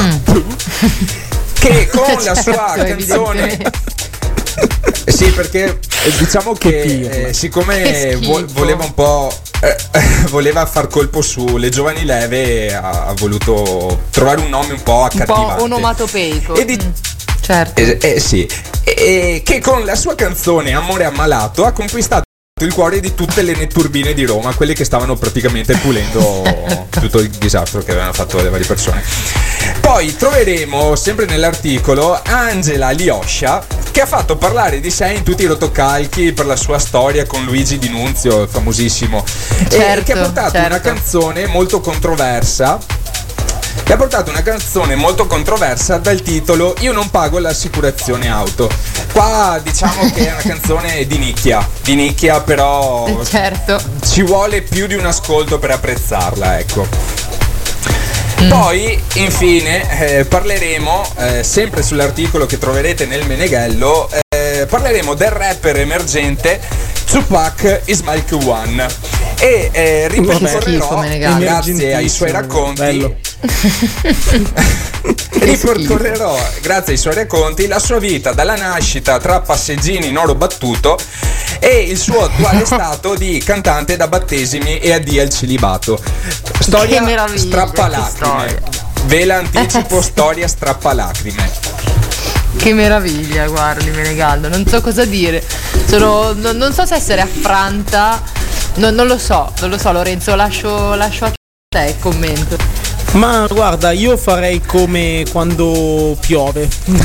che con la sua Certo, canzone... Sì, perché eh, diciamo che eh, siccome Che vo- schifo. voleva un po' eh, voleva far colpo sulle giovani leve, ha, ha voluto trovare un nome un po' Un accattivante. po' onomatopeico. E di- Mm, certo. Eh, eh, sì, e, e che con la sua canzone Amore ammalato ha conquistato il cuore di tutte le netturbine di Roma, quelle che stavano praticamente pulendo tutto il disastro che avevano fatto le varie persone. Poi troveremo sempre nell'articolo Angela Lioscia, che ha fatto parlare di sé in tutti i rotocalchi per la sua storia con Luigi Di Nunzio, il famosissimo, e Certo, che ha portato certo. una canzone molto controversa. Che ha portato una canzone molto controversa dal titolo Io non pago l'assicurazione auto. Qua diciamo che è una canzone di nicchia, di nicchia però Certo. ci vuole più di un ascolto per apprezzarla, ecco. Poi, infine, eh, parleremo, eh, sempre sull'articolo che troverete nel Meneghello, eh, parleremo del rapper emergente Tupac Ismail One. E eh, ripercorrerò, Menegallo. grazie ai suoi racconti, Bello. ripercorrerò, grazie ai suoi racconti, la sua vita dalla nascita tra passeggini in oro battuto e il suo attuale stato di cantante da battesimi e addio al celibato. Storia Che meraviglia, strappalacrime. che Ve l'anticipo, storia strappalacrime. Che meraviglia, guardi Menegaldo, non so cosa dire. Sono, non, non so se essere affranta, no, non lo so, non lo so Lorenzo, lascio, lascio a te il commento. Ma guarda, io farei come quando piove.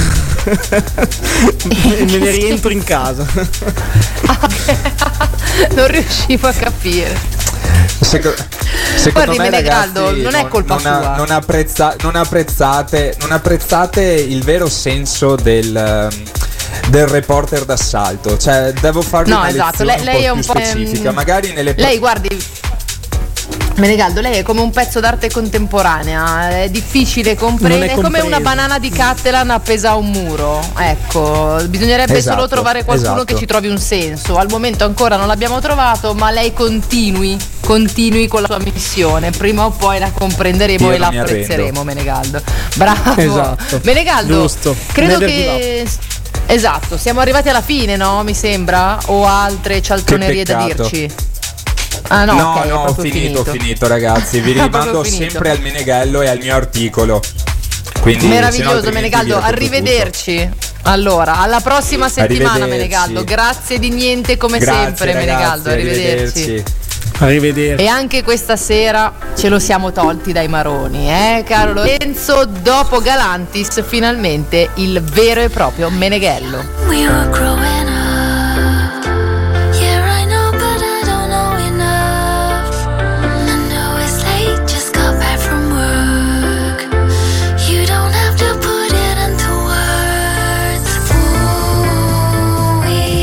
Me ne rientro in casa. Non riuscivo a capire. Secondo, secondo Guardi, me, Menegaldo, ragazzi, non è colpa non, sua. Non, apprezza, non, apprezzate, non apprezzate il vero senso del, del reporter d'assalto. Cioè, devo farvi No, una esatto, lezione lei- lei è un un po' po', più specifica. ehm, Magari nelle Lei, guardi, Menegaldo, lei è come un pezzo d'arte contemporanea, è difficile comprendere, è come compreso. una banana di Cattelan appesa a un muro. Ecco, bisognerebbe Esatto, solo trovare qualcuno esatto. che ci trovi un senso. Al momento ancora non l'abbiamo trovato, ma lei continui, continui con la sua missione. Prima o poi la comprenderemo Io e la non mi arrendo. apprezzeremo, Menegaldo. Bravo. Esatto. Menegaldo, Giusto. credo Ne che esatto, siamo arrivati alla fine, no? Mi sembra? O altre cialtronerie da peccato. dirci? Ah no, no, ok, è no, ho proprio finito, ho finito. finito, ragazzi. Vi È proprio rimando finito. sempre al Meneghello e al mio articolo. Quindi, se no, Meraviglioso, altrimenti Menegaldo, vi racconto arrivederci. Allora, alla prossima settimana, Arrivederci. Menegaldo. Grazie di niente come Grazie, sempre, ragazzi, Menegaldo. Arrivederci. arrivederci. Arrivederci. E anche questa sera ce lo siamo tolti dai maroni, eh, caro Lorenzo. Dopo Galantis, finalmente il vero e proprio Meneghello. We were growing up. Yeah, I know, but I don't know enough. I know it's late, just got back from work. You don't have to put it into words. Ooh,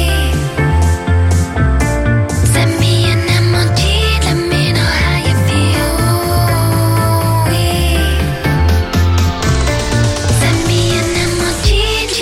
send me an emoji, let me know how you feel. Send me an emoji.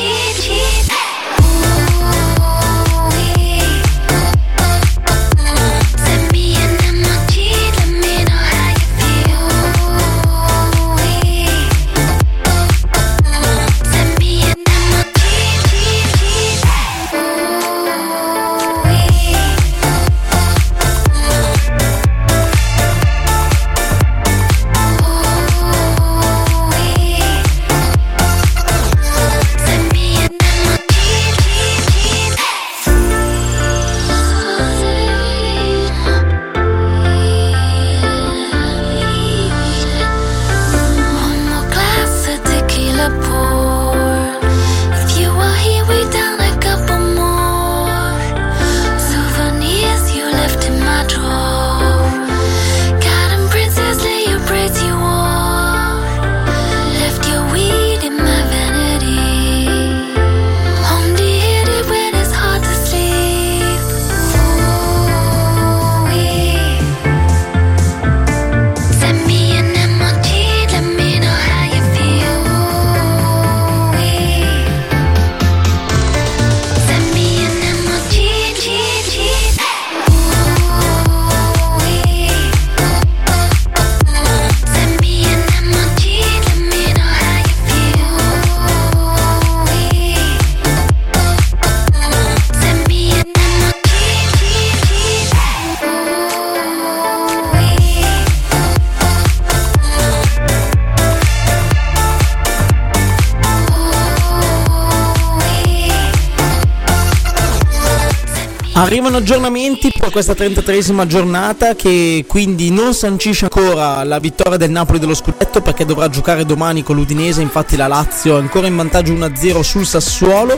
Arrivano aggiornamenti per questa trentatreesima giornata, che quindi non sancisce ancora la vittoria del Napoli dello scudetto, perché dovrà giocare domani con l'Udinese. Infatti la Lazio è ancora in vantaggio uno a zero sul Sassuolo,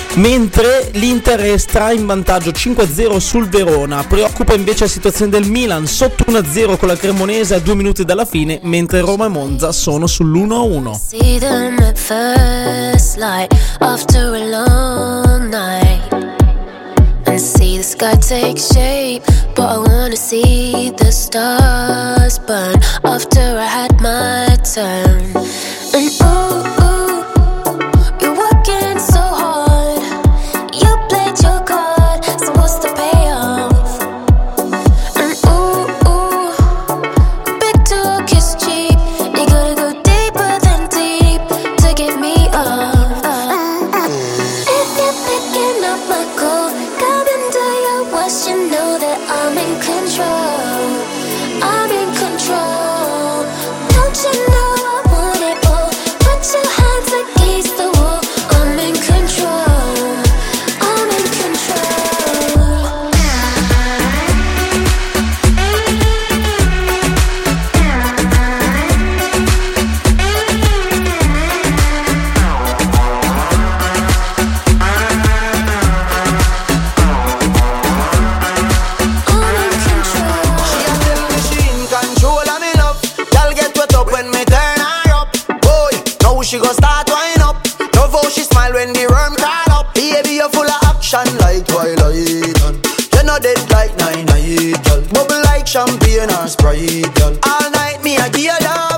mentre l'Inter resterà in vantaggio cinque a zero sul Verona. Preoccupa invece la situazione del Milan, sotto uno a zero con la Cremonese a due minuti dalla fine, mentre Roma e Monza sono sull'uno a uno. See them at first light after a long night, and see the sky take shape, but I wanna see the stars burn after I had my turn. And ooh, ooh, you're working so hard, you played your card, so what's the payoff? And ooh, ooh, big talk is cheap, you gotta go deeper than deep to get me off. If you're picking up my call, come and do your worst, you know that I'm in control, I'm in control. Don't you know I want it all? Put your hands against the wall, I'm in control, I'm in control. tight, girl. Bubble like champagne or Sprite, girl. All night me I give you love.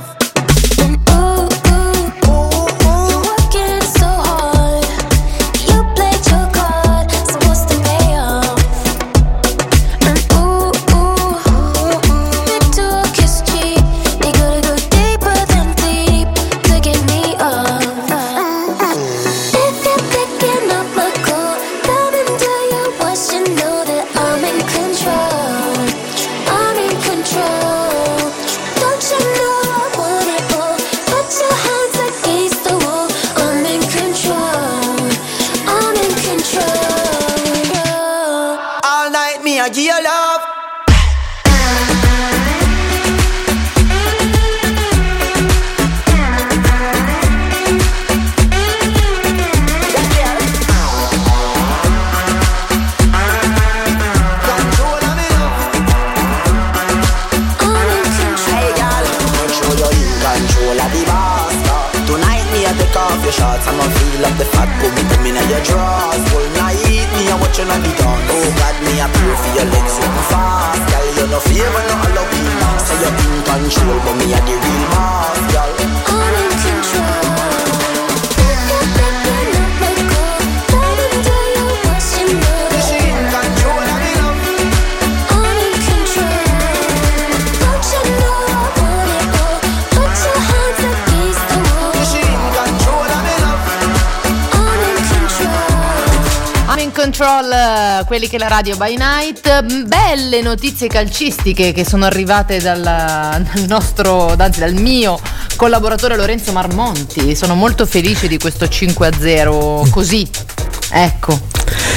I give you love. Your shots, I'ma feel up the fat boom boom in your drawers. Whole night, me a watching on the dawn. Oh God, me a pray for your legs so fast, girl. You no favor, no Halloween. Say you're in control, but me a the real boss, girl. I'm in control. Control, quelli che la radio by night. Belle notizie calcistiche che sono arrivate dal, dal nostro, anzi dal mio collaboratore Lorenzo Marmonti. Sono molto felice di questo cinque a zero così, ecco.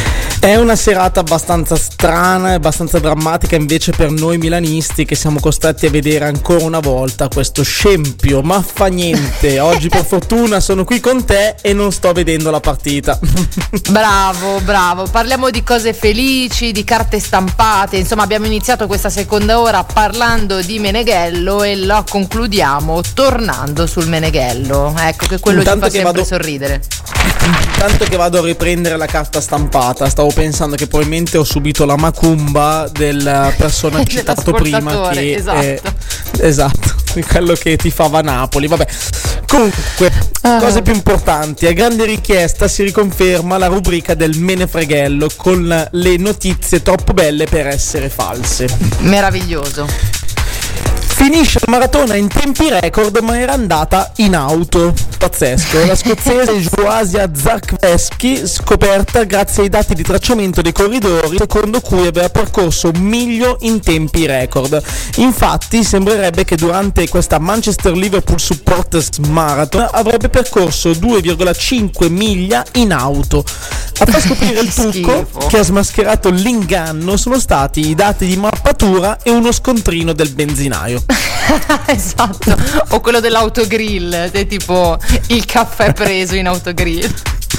È una serata abbastanza strana e abbastanza drammatica invece per noi milanisti, che siamo costretti a vedere ancora una volta questo scempio, ma fa niente. Oggi per fortuna sono qui con te e non sto vedendo la partita. Bravo, bravo. Parliamo di cose felici, di carte stampate. Insomma, abbiamo iniziato questa seconda ora parlando di Meneghello e la concludiamo tornando sul Meneghello. Ecco che quello Intanto ci fa che sempre vado... sorridere. Intanto che vado a riprendere la carta stampata, stavo pensando che probabilmente ho subito la macumba del persona citato prima, che esatto. È, esatto, quello che tifava Napoli. Vabbè, comunque, uh. cose più importanti. A grande richiesta si riconferma la rubrica del Menefreghello con le notizie troppo belle per essere false. Meraviglioso. Finisce la maratona in tempi record, ma era andata in auto. Pazzesco. La scozzese Joasia Zarkweski scoperta grazie ai dati di tracciamento dei corridori, secondo cui aveva percorso un miglio in tempi record. Infatti sembrerebbe che durante questa Manchester-Liverpool Supporters Marathon avrebbe percorso due virgola cinque miglia in auto. A far scoprire il trucco che ha smascherato l'inganno sono stati i dati di mappatura e uno scontrino del benzinaio. Esatto, o quello dell'autogrill, è tipo il caffè preso in autogrill.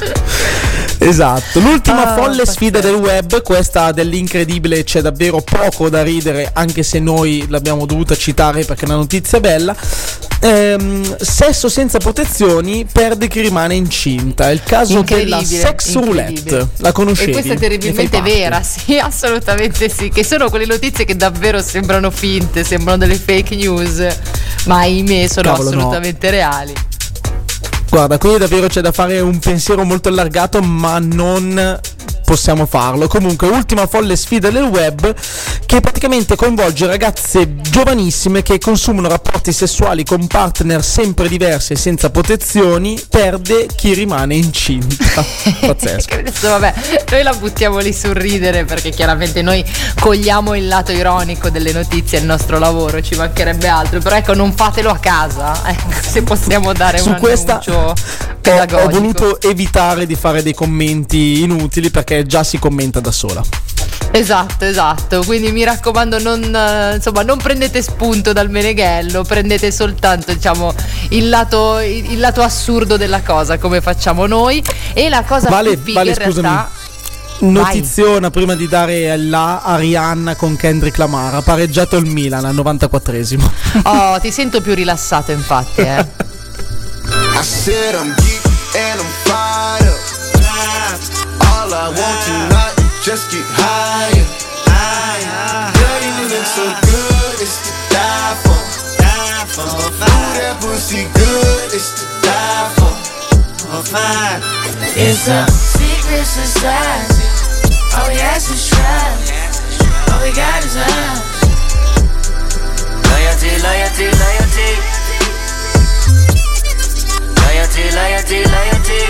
Esatto, l'ultima ah, folle sfida del web, questa dell'incredibile, c'è davvero poco da ridere, anche se noi l'abbiamo dovuta citare perché è una notizia bella. Ehm, sesso senza protezioni, perde chi rimane incinta. È il caso della sex roulette. La conoscevi? E questa è terribilmente vera, sì, assolutamente sì. Che sono quelle notizie che davvero sembrano finte, sembrano delle fake news, ma ahimè sono Cavolo, assolutamente no. reali. Guarda, qui davvero c'è da fare un pensiero molto allargato, ma non possiamo farlo. Comunque, ultima folle sfida del web, che praticamente coinvolge ragazze giovanissime che consumano rapporti sessuali con partner sempre diversi e senza protezioni, perde chi rimane incinta. Pazzesco. Adesso vabbè, noi la buttiamo lì sul ridere perché chiaramente noi cogliamo il lato ironico delle notizie, il nostro lavoro, ci mancherebbe altro, però ecco, non fatelo a casa, ecco, se possiamo dare su un questa annuncio pedagogico. Ho, ho voluto evitare di fare dei commenti inutili perché già si commenta da sola. Esatto, esatto. Quindi mi raccomando, non, insomma, non prendete spunto dal Meneghello, prendete soltanto, diciamo, il lato, il, il lato assurdo della cosa, come facciamo noi. E la cosa vale, più figa vale, in scusami. realtà. Notiziona Vai. Prima di dare la a Rihanna con Kendrick Lamar, ha pareggiato il Milan al novantaquattresimo. Oh, ti sento più rilassato, infatti, eh. I said I'm geek and I'm fired up. All I want tonight, just get higher. Higher. pussy good, it's to die for. Oh, fine. It's a secret society. All we ask is try. All we got is love. Loyalty, loyalty, loyalty. Loyalty, loyalty, loyalty.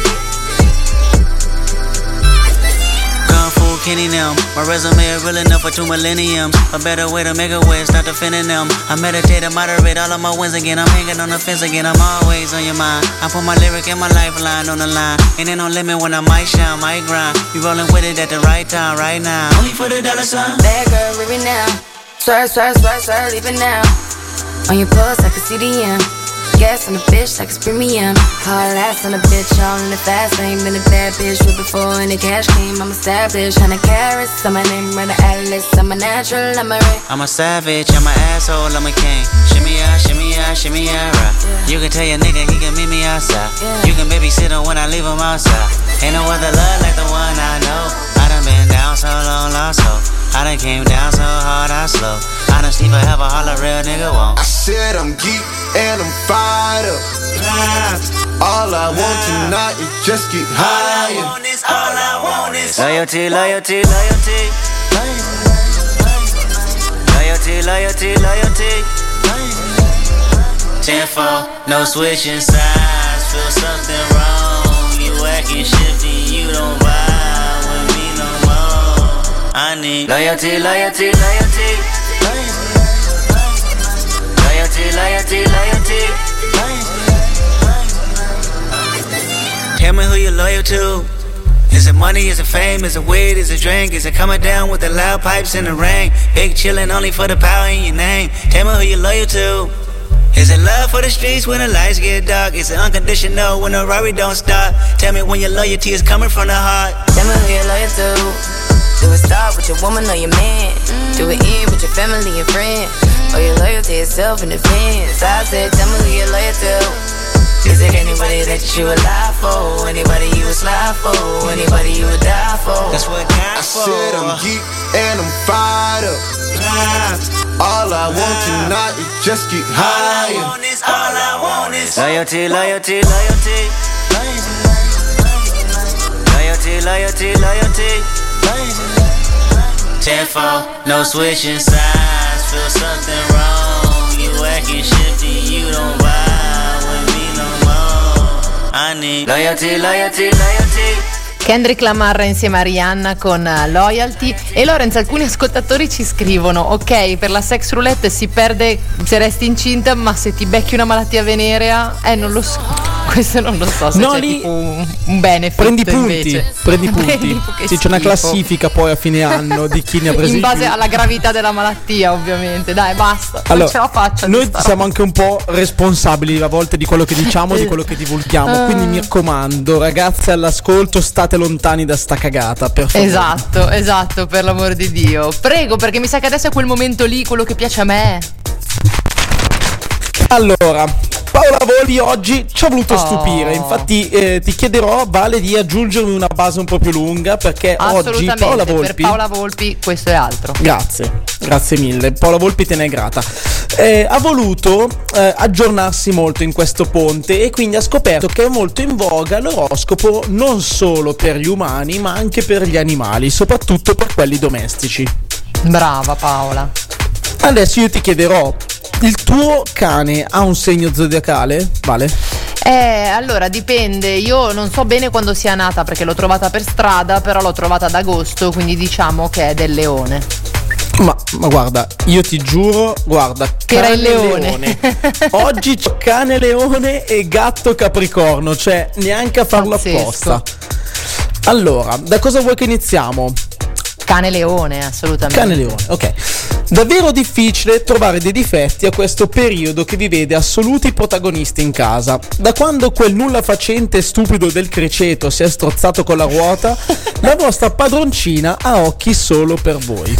Kenny them. My resume is real enough for two millenniums. A better way to make a way, start defending them. I meditate and moderate all of my wins again. I'm hanging on the fence again, I'm always on your mind. I put my lyric and my lifeline on the line. Ain't there no limit when I might shine, might grind. You rolling with it at the right time, right now. Only for the dollar sign. Bad girl, leave it now. Swerve, swerve, swerve, swerve, leave it now. On your pulse, I can see the M. Gas on the bitch like it's premium. Hard ass on the bitch, all in the fast lane. Been a bad bitch with before any cash came. I'm established, hundred carats. I'm my name, run the atlas. I'm a natural, I'm a ring. I'm a savage, I'm an asshole, I'm a king. Shimmy ya, shimmy ya, shimmy ya, right. You can tell your nigga he can meet me outside. You can babysit him when I leave him outside. Ain't no other love like the one I know. I done been down so long, lost hope. I done came down so hard, I slow. Honestly, forever, all a real nigga won't. I said I'm geek and I'm fired up. All I want tonight is just get higher. All I want is, all I want is loyalty, loyalty, loyalty. Loyalty, loyalty, loyalty. ten four, no switching sides. Feel something wrong. You acting shifty, you don't vibe with me no more. I need loyalty, loyalty, loyalty. Loyalty, loyalty, loyalty. Tell me who you're loyal to. Is it money, is it fame, is it weed, is it drink? Is it coming down with the loud pipes in the rain? Big chillin' only for the power in your name. Tell me who you're loyal to. Is it love for the streets when the lights get dark? Is it unconditional when the Rari don't start? Tell me when your loyalty is coming from the heart. Tell me who you're loyal to. Do it start with your woman or your man? Do it end with your family and friends? Or your loyalty is self-in-defense? I said, tell me who you're loyal to. Is it anybody that you would lie for? Anybody you would slide for? Anybody you would die for? That's what I for. Said I'm geek and I'm fired up. All I want tonight is just get higher. All I want is, all I want is loyalty, loyalty, loyalty. Loyalty, loyalty, loyalty. ten four, no switching sides. Feel something wrong. You acting shifty, you don't vibe with me no more. I need loyalty, loyalty, loyalty. Kendrick Lamar insieme a Rihanna con Loyalty. E Lorenz, alcuni ascoltatori ci scrivono: ok, per la sex roulette si perde se resti incinta, ma se ti becchi una malattia venerea, eh non lo so. Questo non lo so se no, c'è lì tipo un, un benefit. Prendi punti, invece. prendi punti. Sì, c'è una classifica poi a fine anno di chi ne ha presi in base più. alla gravità della malattia, ovviamente. Dai, basta, allora, non ce la faccio. Noi siamo anche un po' responsabili a volte di quello che diciamo, di quello che divulghiamo. Quindi mi raccomando, ragazze all'ascolto, state lontani da sta cagata, per favore. Esatto, esatto, per l'amor di Dio. Prego, perché mi sa che adesso è quel momento lì, quello che piace a me. Allora, Paola Volpi oggi ci ha voluto Oh. stupire. Infatti eh, ti chiederò, Vale, di aggiungermi una base un po' più lunga, perché oggi Paola Volpi, per Paola Volpi questo è altro. Grazie, grazie mille. Paola Volpi te ne è grata. Eh, ha voluto eh, aggiornarsi molto in questo ponte e quindi ha scoperto che è molto in voga l'oroscopo non solo per gli umani ma anche per gli animali, soprattutto per quelli domestici. Brava Paola. Adesso io ti chiederò: il tuo cane ha un segno zodiacale? Vale? Eh, allora dipende, io non so bene quando sia nata perché l'ho trovata per strada, però l'ho trovata ad agosto, quindi diciamo che è del leone. Ma, ma guarda, io ti giuro, guarda, che era il leone. leone. Oggi c'è cane leone e gatto capricorno, cioè neanche a farlo Pazzesco. apposta. Allora, da cosa vuoi che iniziamo? Cane leone, assolutamente. Cane leone, ok. Davvero difficile trovare dei difetti a questo periodo che vi vede assoluti protagonisti in casa. Da quando quel nulla facente stupido del criceto si è strozzato con la ruota, la vostra padroncina ha occhi solo per voi.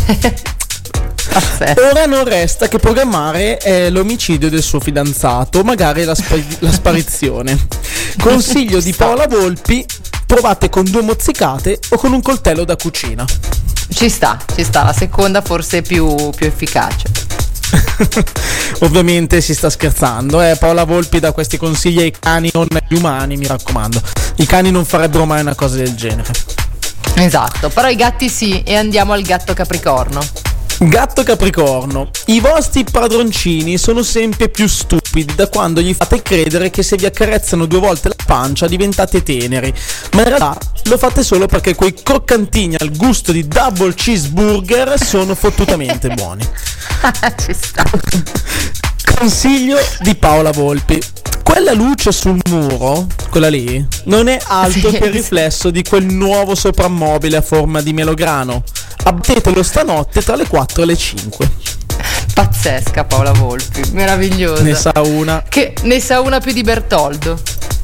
Ora non resta che programmare eh, l'omicidio del suo fidanzato, magari la, spa- la sparizione. Consiglio di Paola Volpi: provate con due mozzicate o con un coltello da cucina. Ci sta, ci sta, la seconda forse è più, più efficace. Ovviamente si sta scherzando, eh. Paola Volpi dà questi consigli ai cani, non agli umani, mi raccomando. I cani non farebbero mai una cosa del genere. Esatto, però i gatti sì, e andiamo al gatto Capricorno. Gatto Capricorno, i vostri padroncini sono sempre più stupidi da quando gli fate credere che se vi accarezzano due volte la pancia diventate teneri, ma in realtà lo fate solo perché quei croccantini al gusto di double cheeseburger sono fottutamente buoni. Ci sta. Consiglio di Paola Volpi: quella luce sul muro, quella lì, non è altro sì, che il riflesso di quel nuovo soprammobile a forma di melograno. Abbattetelo stanotte tra le quattro e le cinque. Pazzesca Paola Volpi, meravigliosa. Ne sa una. Che ne sa una più di Bertoldo.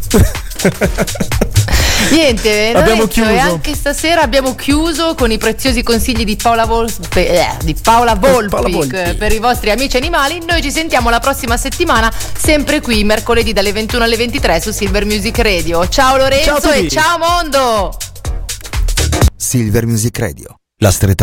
Niente, abbiamo chiuso. E anche stasera abbiamo chiuso con i preziosi consigli di Paola Volpi, eh, di Paola Volpi, Paola Volpi per i vostri amici animali. Noi ci sentiamo la prossima settimana, sempre qui mercoledì dalle ventuno alle ventitré su Silver Music Radio. Ciao Lorenzo, ciao e ciao mondo. Silver Music Radio, la stretta